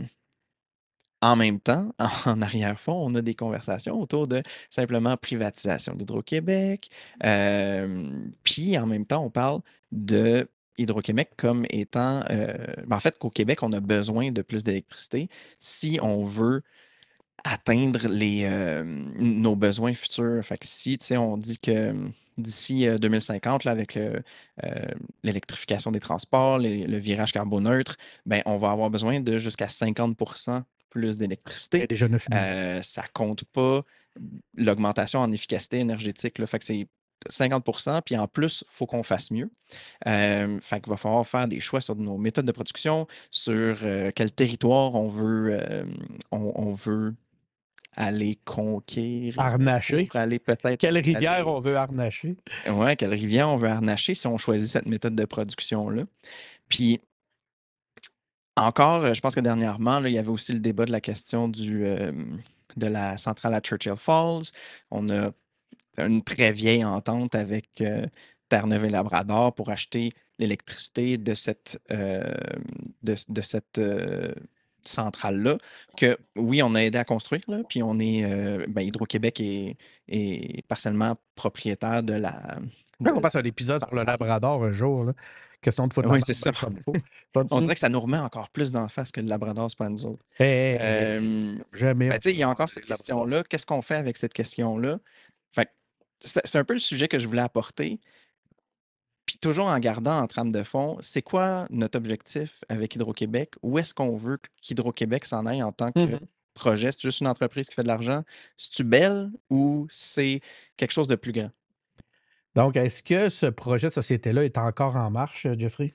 en même temps, en arrière-fond, on a des conversations autour de simplement privatisation d'Hydro-Québec. euh, puis, en même temps, on parle de Hydro-Québec comme étant, euh, ben, en fait, qu'au Québec, on a besoin de plus d'électricité si on veut atteindre les, euh, nos besoins futurs. Fait que si, tu sais, on dit que hum, d'ici euh, deux mille cinquante, là, avec le, euh, l'électrification des transports, les- le virage carboneutre, ben, on va avoir besoin de jusqu'à cinquante pour cent plus Elle est d'électricité. déjà neuf millions. Euh, ça compte pas l'augmentation en efficacité énergétique. Là. Fait que c'est cinquante pour cent, puis en plus, il faut qu'on fasse mieux. Euh, fait qu'il va falloir faire des choix sur nos méthodes de production, sur euh, quel territoire on veut, euh, on, on veut aller conquérir Harnacher. pour aller peut-être Quelle rivière installer. on veut harnacher? Ouais, quelle rivière on veut harnacher si on choisit cette méthode de production-là. Puis encore, euh, je pense que dernièrement, là, il y avait aussi le débat de la question du, euh, de la centrale à Churchill Falls. On a une très vieille entente avec euh, Terre-Neuve et Labrador pour acheter l'électricité de cette, euh, de, de cette euh, centrale-là, que oui, on a aidé à construire, là, puis on est, euh, ben, Hydro-Québec est, est partiellement propriétaire de la... Faudrait de qu'on la fasse un épisode sur le centrale. Labrador un jour. Là. Question de foutre la Oui, marde c'est ça. bien comme il faut. On Continue. dirait que ça nous remet encore plus d'en face que le Labrador, c'est pas nous autres. Hey, hey, hey, hey, Euh, jamais ben, on tu sais, va il y a encore parler cette de Labrador. question-là. Qu'est-ce qu'on fait avec cette question-là? Fait que c'est c'est un peu le sujet que je voulais apporter. Puis toujours en gardant en trame de fond, c'est quoi notre objectif avec Hydro-Québec? Où est-ce qu'on veut qu'Hydro-Québec s'en aille en tant que Mhm. projet? C'est juste une entreprise qui fait de l'argent? C'est-tu belle ou c'est quelque chose de plus grand? Donc, est-ce que ce projet de société-là est encore en marche, euh, Jeffrey?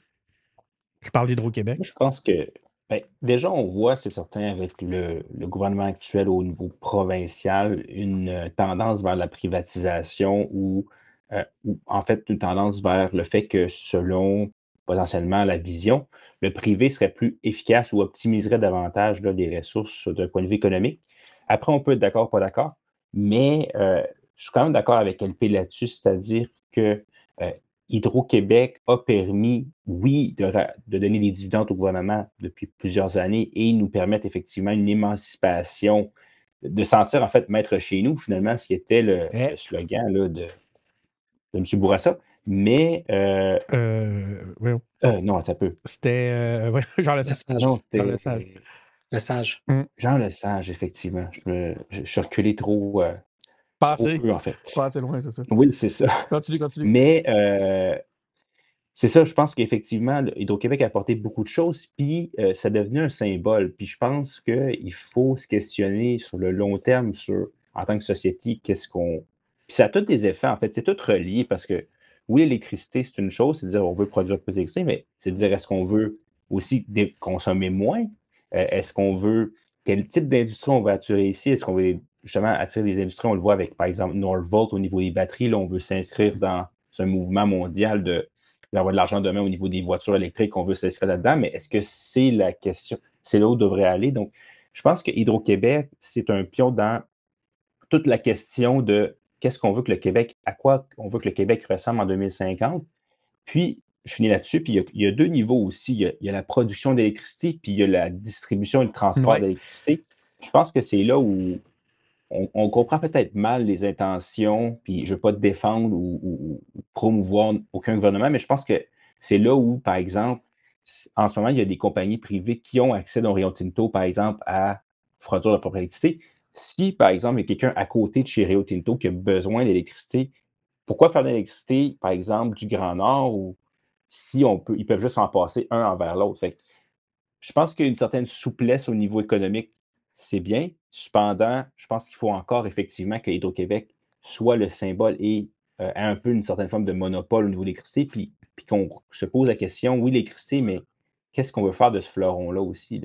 Je parle Moi, d'Hydro-Québec. je pense que, ben, déjà, on voit, c'est certain, avec le, le gouvernement actuel au niveau provincial, une euh, tendance vers la privatisation ou, euh, ou, en fait, une tendance vers le fait que, selon potentiellement la vision, le privé serait plus efficace ou optimiserait davantage là, les ressources d'un point de vue économique. Après, on peut être d'accord, pas d'accord, mais euh, je suis quand même d'accord avec L P là-dessus, c'est-à-dire que euh, Hydro-Québec a permis, oui, de, ra- de donner des dividendes au gouvernement depuis plusieurs années et nous permettent effectivement une émancipation, de sentir en fait maître chez nous, finalement, ce qui était le, Eh, le slogan là, de, de M. Bourassa. Mais, euh, euh, voyons. euh, non, ça peut. C'était euh, voyons, Jean Le Lesage. sage. Non, Jean c'était Lesage. Le sage. Hmm. Jean Lesage, effectivement. Je, me, je, je suis reculé trop, euh, Pas trop assez. peu, en fait. Pas assez loin, c'est ça. Oui, c'est ça. Continue, continue. Mais, euh, c'est ça, je pense qu'effectivement, le Hydro-Québec a apporté beaucoup de choses, puis euh, ça est devenu un symbole. Puis je pense qu'il faut se questionner sur le long terme, sur, en tant que société, qu'est-ce qu'on. Puis ça a tous des effets, en fait, c'est tout relié parce que, oui, l'électricité, c'est une chose, c'est de dire on veut produire plus d'électricité, mais c'est de dire est-ce qu'on veut aussi dé- consommer moins? Euh, est-ce qu'on veut. Quel type d'industrie on veut attirer ici? Est-ce qu'on veut justement attirer des industries? On le voit avec, par exemple, Northvolt au niveau des batteries. Là, on veut s'inscrire dans ce mouvement mondial de d'avoir de l'argent demain au niveau des voitures électriques, on veut s'inscrire là-dedans, mais est-ce que c'est la question? C'est là où on devrait aller. Donc, je pense que Hydro-Québec, c'est un pion dans toute la question de qu'est-ce qu'on veut que le Québec, à quoi on veut que le Québec ressemble en deux mille cinquante. Puis, je finis là-dessus, puis il y a, il y a deux niveaux aussi. Il y a, il y a la production d'électricité, puis il y a la distribution et le transport Ouais. d'électricité. Je pense que c'est là où on, on comprend peut-être mal les intentions, puis je ne veux pas défendre ou, ou- ou promouvoir aucun gouvernement, mais je pense que c'est là où, par exemple, s- en ce moment, il y a des compagnies privées qui ont accès dans Rio Tinto, par exemple, à produire leur propre électricité. Si, par exemple, il y a quelqu'un à côté de chez Rio Tinto qui a besoin d'électricité, pourquoi faire de l'électricité, par exemple, du Grand Nord, ou si on peut, ils peuvent juste en passer un envers l'autre. Fait que je pense qu'il y a une certaine souplesse au niveau économique, c'est bien. Cependant, je pense qu'il faut encore effectivement que Hydro-Québec soit le symbole et euh, ait un peu une certaine forme de monopole au niveau de l'électricité, puis, puis qu'on se pose la question, oui, l'électricité, mais qu'est-ce qu'on veut faire de ce fleuron-là aussi? Là?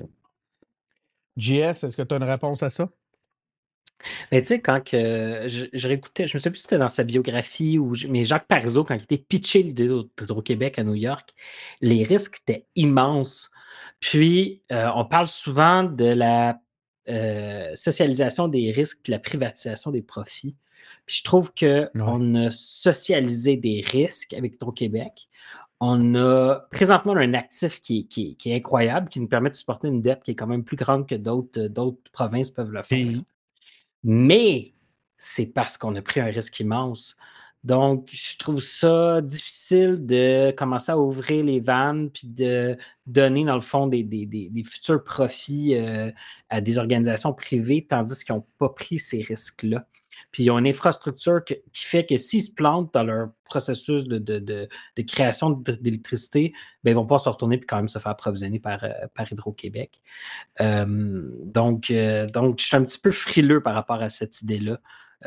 J S, est-ce que tu as une réponse à ça? Mais tu sais, quand que je, je réécoutais, je me souviens plus si c'était dans sa biographie ou mais Jacques Parizeau, quand il était pitché l'idée d'Hydro-Québec à New York, les risques étaient immenses. Puis, euh, on parle souvent de la euh, socialisation des risques puis la privatisation des profits. Puis je trouve Ouais. qu'on a socialisé des risques avec Hydro-Québec. On a présentement un actif qui, qui- qui est incroyable, qui nous permet de supporter une dette qui est quand même plus grande que d'autres d'autres provinces peuvent le faire. Et Mais c'est parce qu'on a pris un risque immense. Donc, je trouve ça difficile de commencer à ouvrir les vannes puis de donner, dans le fond, des, des- des- des futurs profits euh, à des organisations privées, tandis qu'ils n'ont pas pris ces risques-là. Puis, ils ont une infrastructure que- qui fait que s'ils se plantent dans leur processus de, de- de- de création d- d'électricité, ben, ils vont pas se retourner puis quand même se faire approvisionner par, euh, par Hydro-Québec. Euh, donc, euh, donc, je suis un petit peu frileux par rapport à cette idée-là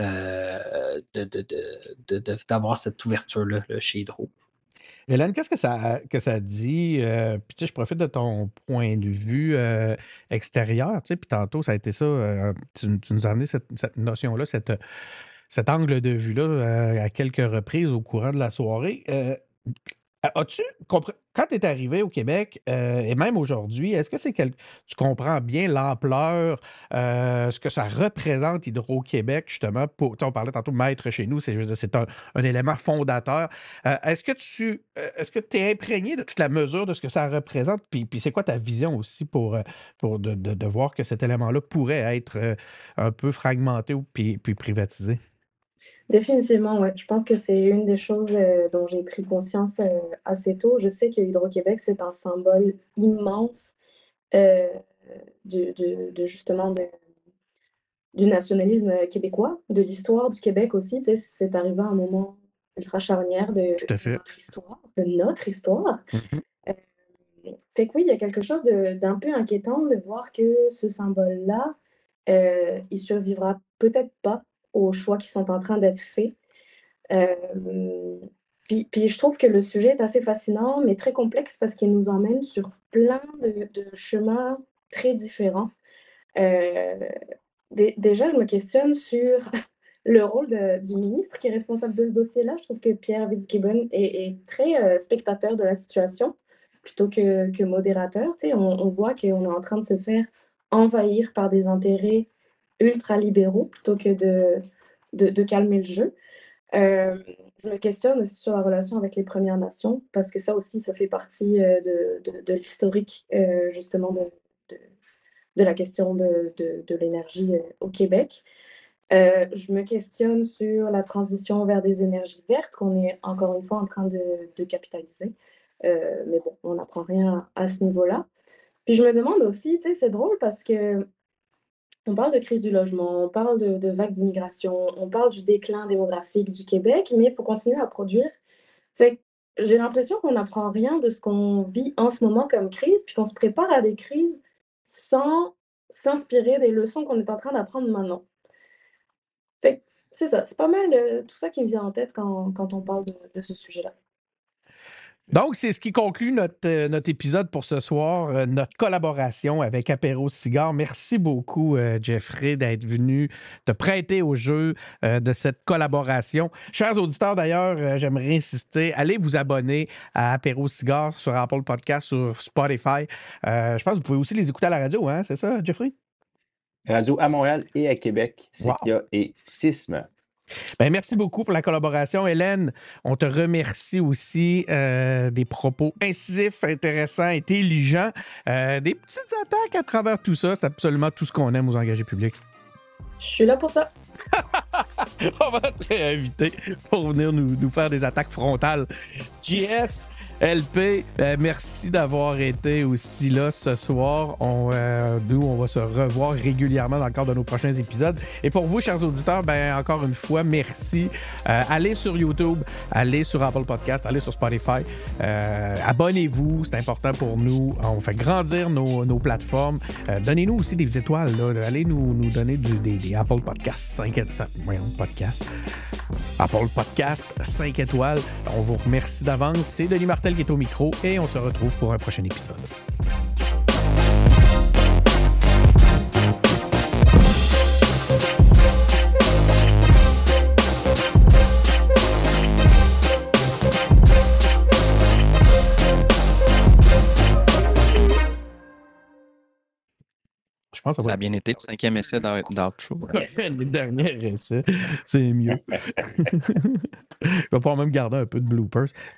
euh, de, de- de- de- de- d'avoir cette ouverture-là là, chez Hydro. Hélène, qu'est-ce que ça, que ça dit? euh, puis tu sais, je profite de ton point de vue euh, extérieur, tu sais, puis tantôt, ça a été ça, euh, tu, tu nous as amené cette, cette notion-là, cette, cet angle de vue-là euh, à quelques reprises au courant de la soirée. Euh, As-tu compris, quand tu es arrivé au Québec, euh, et même aujourd'hui, est-ce que c'est quel- tu comprends bien l'ampleur, euh, ce que ça représente Hydro-Québec, justement, pour, tu sais, on parlait tantôt de maître chez nous, c'est, je veux dire, c'est un, un élément fondateur. Euh, est-ce que tu euh, est-ce que es imprégné de toute la mesure de ce que ça représente? Puis, puis c'est quoi ta vision aussi pour, euh, pour de, de- de voir que cet élément-là pourrait être euh, un peu fragmenté ou puis, puis privatisé? Définitivement, ouais. Je pense que c'est une des choses euh, dont j'ai pris conscience euh, assez tôt. Je sais que Hydro-Québec, c'est un symbole immense euh, du- du- de, justement de, du nationalisme québécois, de l'histoire du Québec aussi. Tu sais, c'est arrivé à un moment ultra charnière de, Tout à de fait. votre histoire, de notre histoire. Mhm. Euh, fait que oui, il y a quelque chose de- d'un peu inquiétant de voir que ce symbole-là, euh, il survivra peut-être pas aux choix qui sont en train d'être faits. Euh, puis, puis je trouve que le sujet est assez fascinant, mais très complexe parce qu'il nous emmène sur plein de, de chemins très différents. Euh, dé- déjà, je me questionne sur le rôle de- du ministre qui est responsable de ce dossier-là. Je trouve que Pierre Fitzgibbon est, est très euh, spectateur de la situation plutôt que, que modérateur. Tu sais, on, on voit qu'on est en train de se faire envahir par des intérêts ultra-libéraux plutôt que de, de, de calmer le jeu. Euh, je me questionne aussi sur la relation avec les Premières Nations, parce que ça aussi, ça fait partie euh, de, de, de l'historique, euh, justement, de, de, de la question de, de, de l'énergie euh, au Québec. Euh, je me questionne sur la transition vers des énergies vertes, qu'on est encore une fois en train de, de capitaliser. Euh, mais bon, on n'apprend rien à, à ce niveau-là. Puis je me demande aussi, tu sais, c'est drôle parce que on parle de crise du logement, on parle de, de vagues d'immigration, on parle du déclin démographique du Québec, mais il faut continuer à produire. Fait que j'ai l'impression qu'on n'apprend rien de ce qu'on vit en ce moment comme crise, puis qu'on se prépare à des crises sans s'inspirer des leçons qu'on est en train d'apprendre maintenant. Fait que c'est ça, c'est pas mal euh, tout ça qui me vient en tête quand, quand on parle de, de ce sujet-là. Donc, c'est ce qui conclut notre, euh, notre épisode pour ce soir, euh, notre collaboration avec Apéro Cigare. Merci beaucoup, euh, Jeffrey, d'être venu te prêter au jeu euh, de cette collaboration. Chers auditeurs, d'ailleurs, euh, j'aimerais insister, allez vous abonner à Apéro Cigare sur Apple Podcast, sur Spotify. Euh, je pense que vous pouvez aussi les écouter à la radio, hein? C'est ça, Jeffrey? Radio à Montréal et à Québec, Wow. Cyclia et Sisme. Ben, merci beaucoup pour la collaboration. Hélène, on te remercie aussi euh, des propos incisifs, intéressants, intelligents, euh, des petites attaques à travers tout ça. C'est absolument tout ce qu'on aime aux engagés publics. Je suis là pour ça. On va te réinviter pour venir nous, nous faire des attaques frontales. J S, L P, euh, merci d'avoir été aussi là ce soir. On, euh, nous, on va se revoir régulièrement dans le cadre de nos prochains épisodes. Et pour vous, chers auditeurs, ben, encore une fois, merci. Euh, allez sur YouTube, allez sur Apple Podcast, allez sur Spotify. Euh, abonnez-vous, c'est important pour nous. On fait grandir nos, nos plateformes. Euh, donnez-nous aussi des étoiles. Là. Allez nous, nous donner du, des, des Apple Podcasts cinq étoiles. Voyons, podcast. Apple Podcast cinq étoiles. On vous remercie d'avance. C'est Denis Martel qui est au micro et on se retrouve pour un prochain épisode. Je pense que ça Ça va a bien été le cinquième essai d'out- d'outro. Les derniers essais, c'est mieux. Je vais pouvoir même garder un peu de bloopers.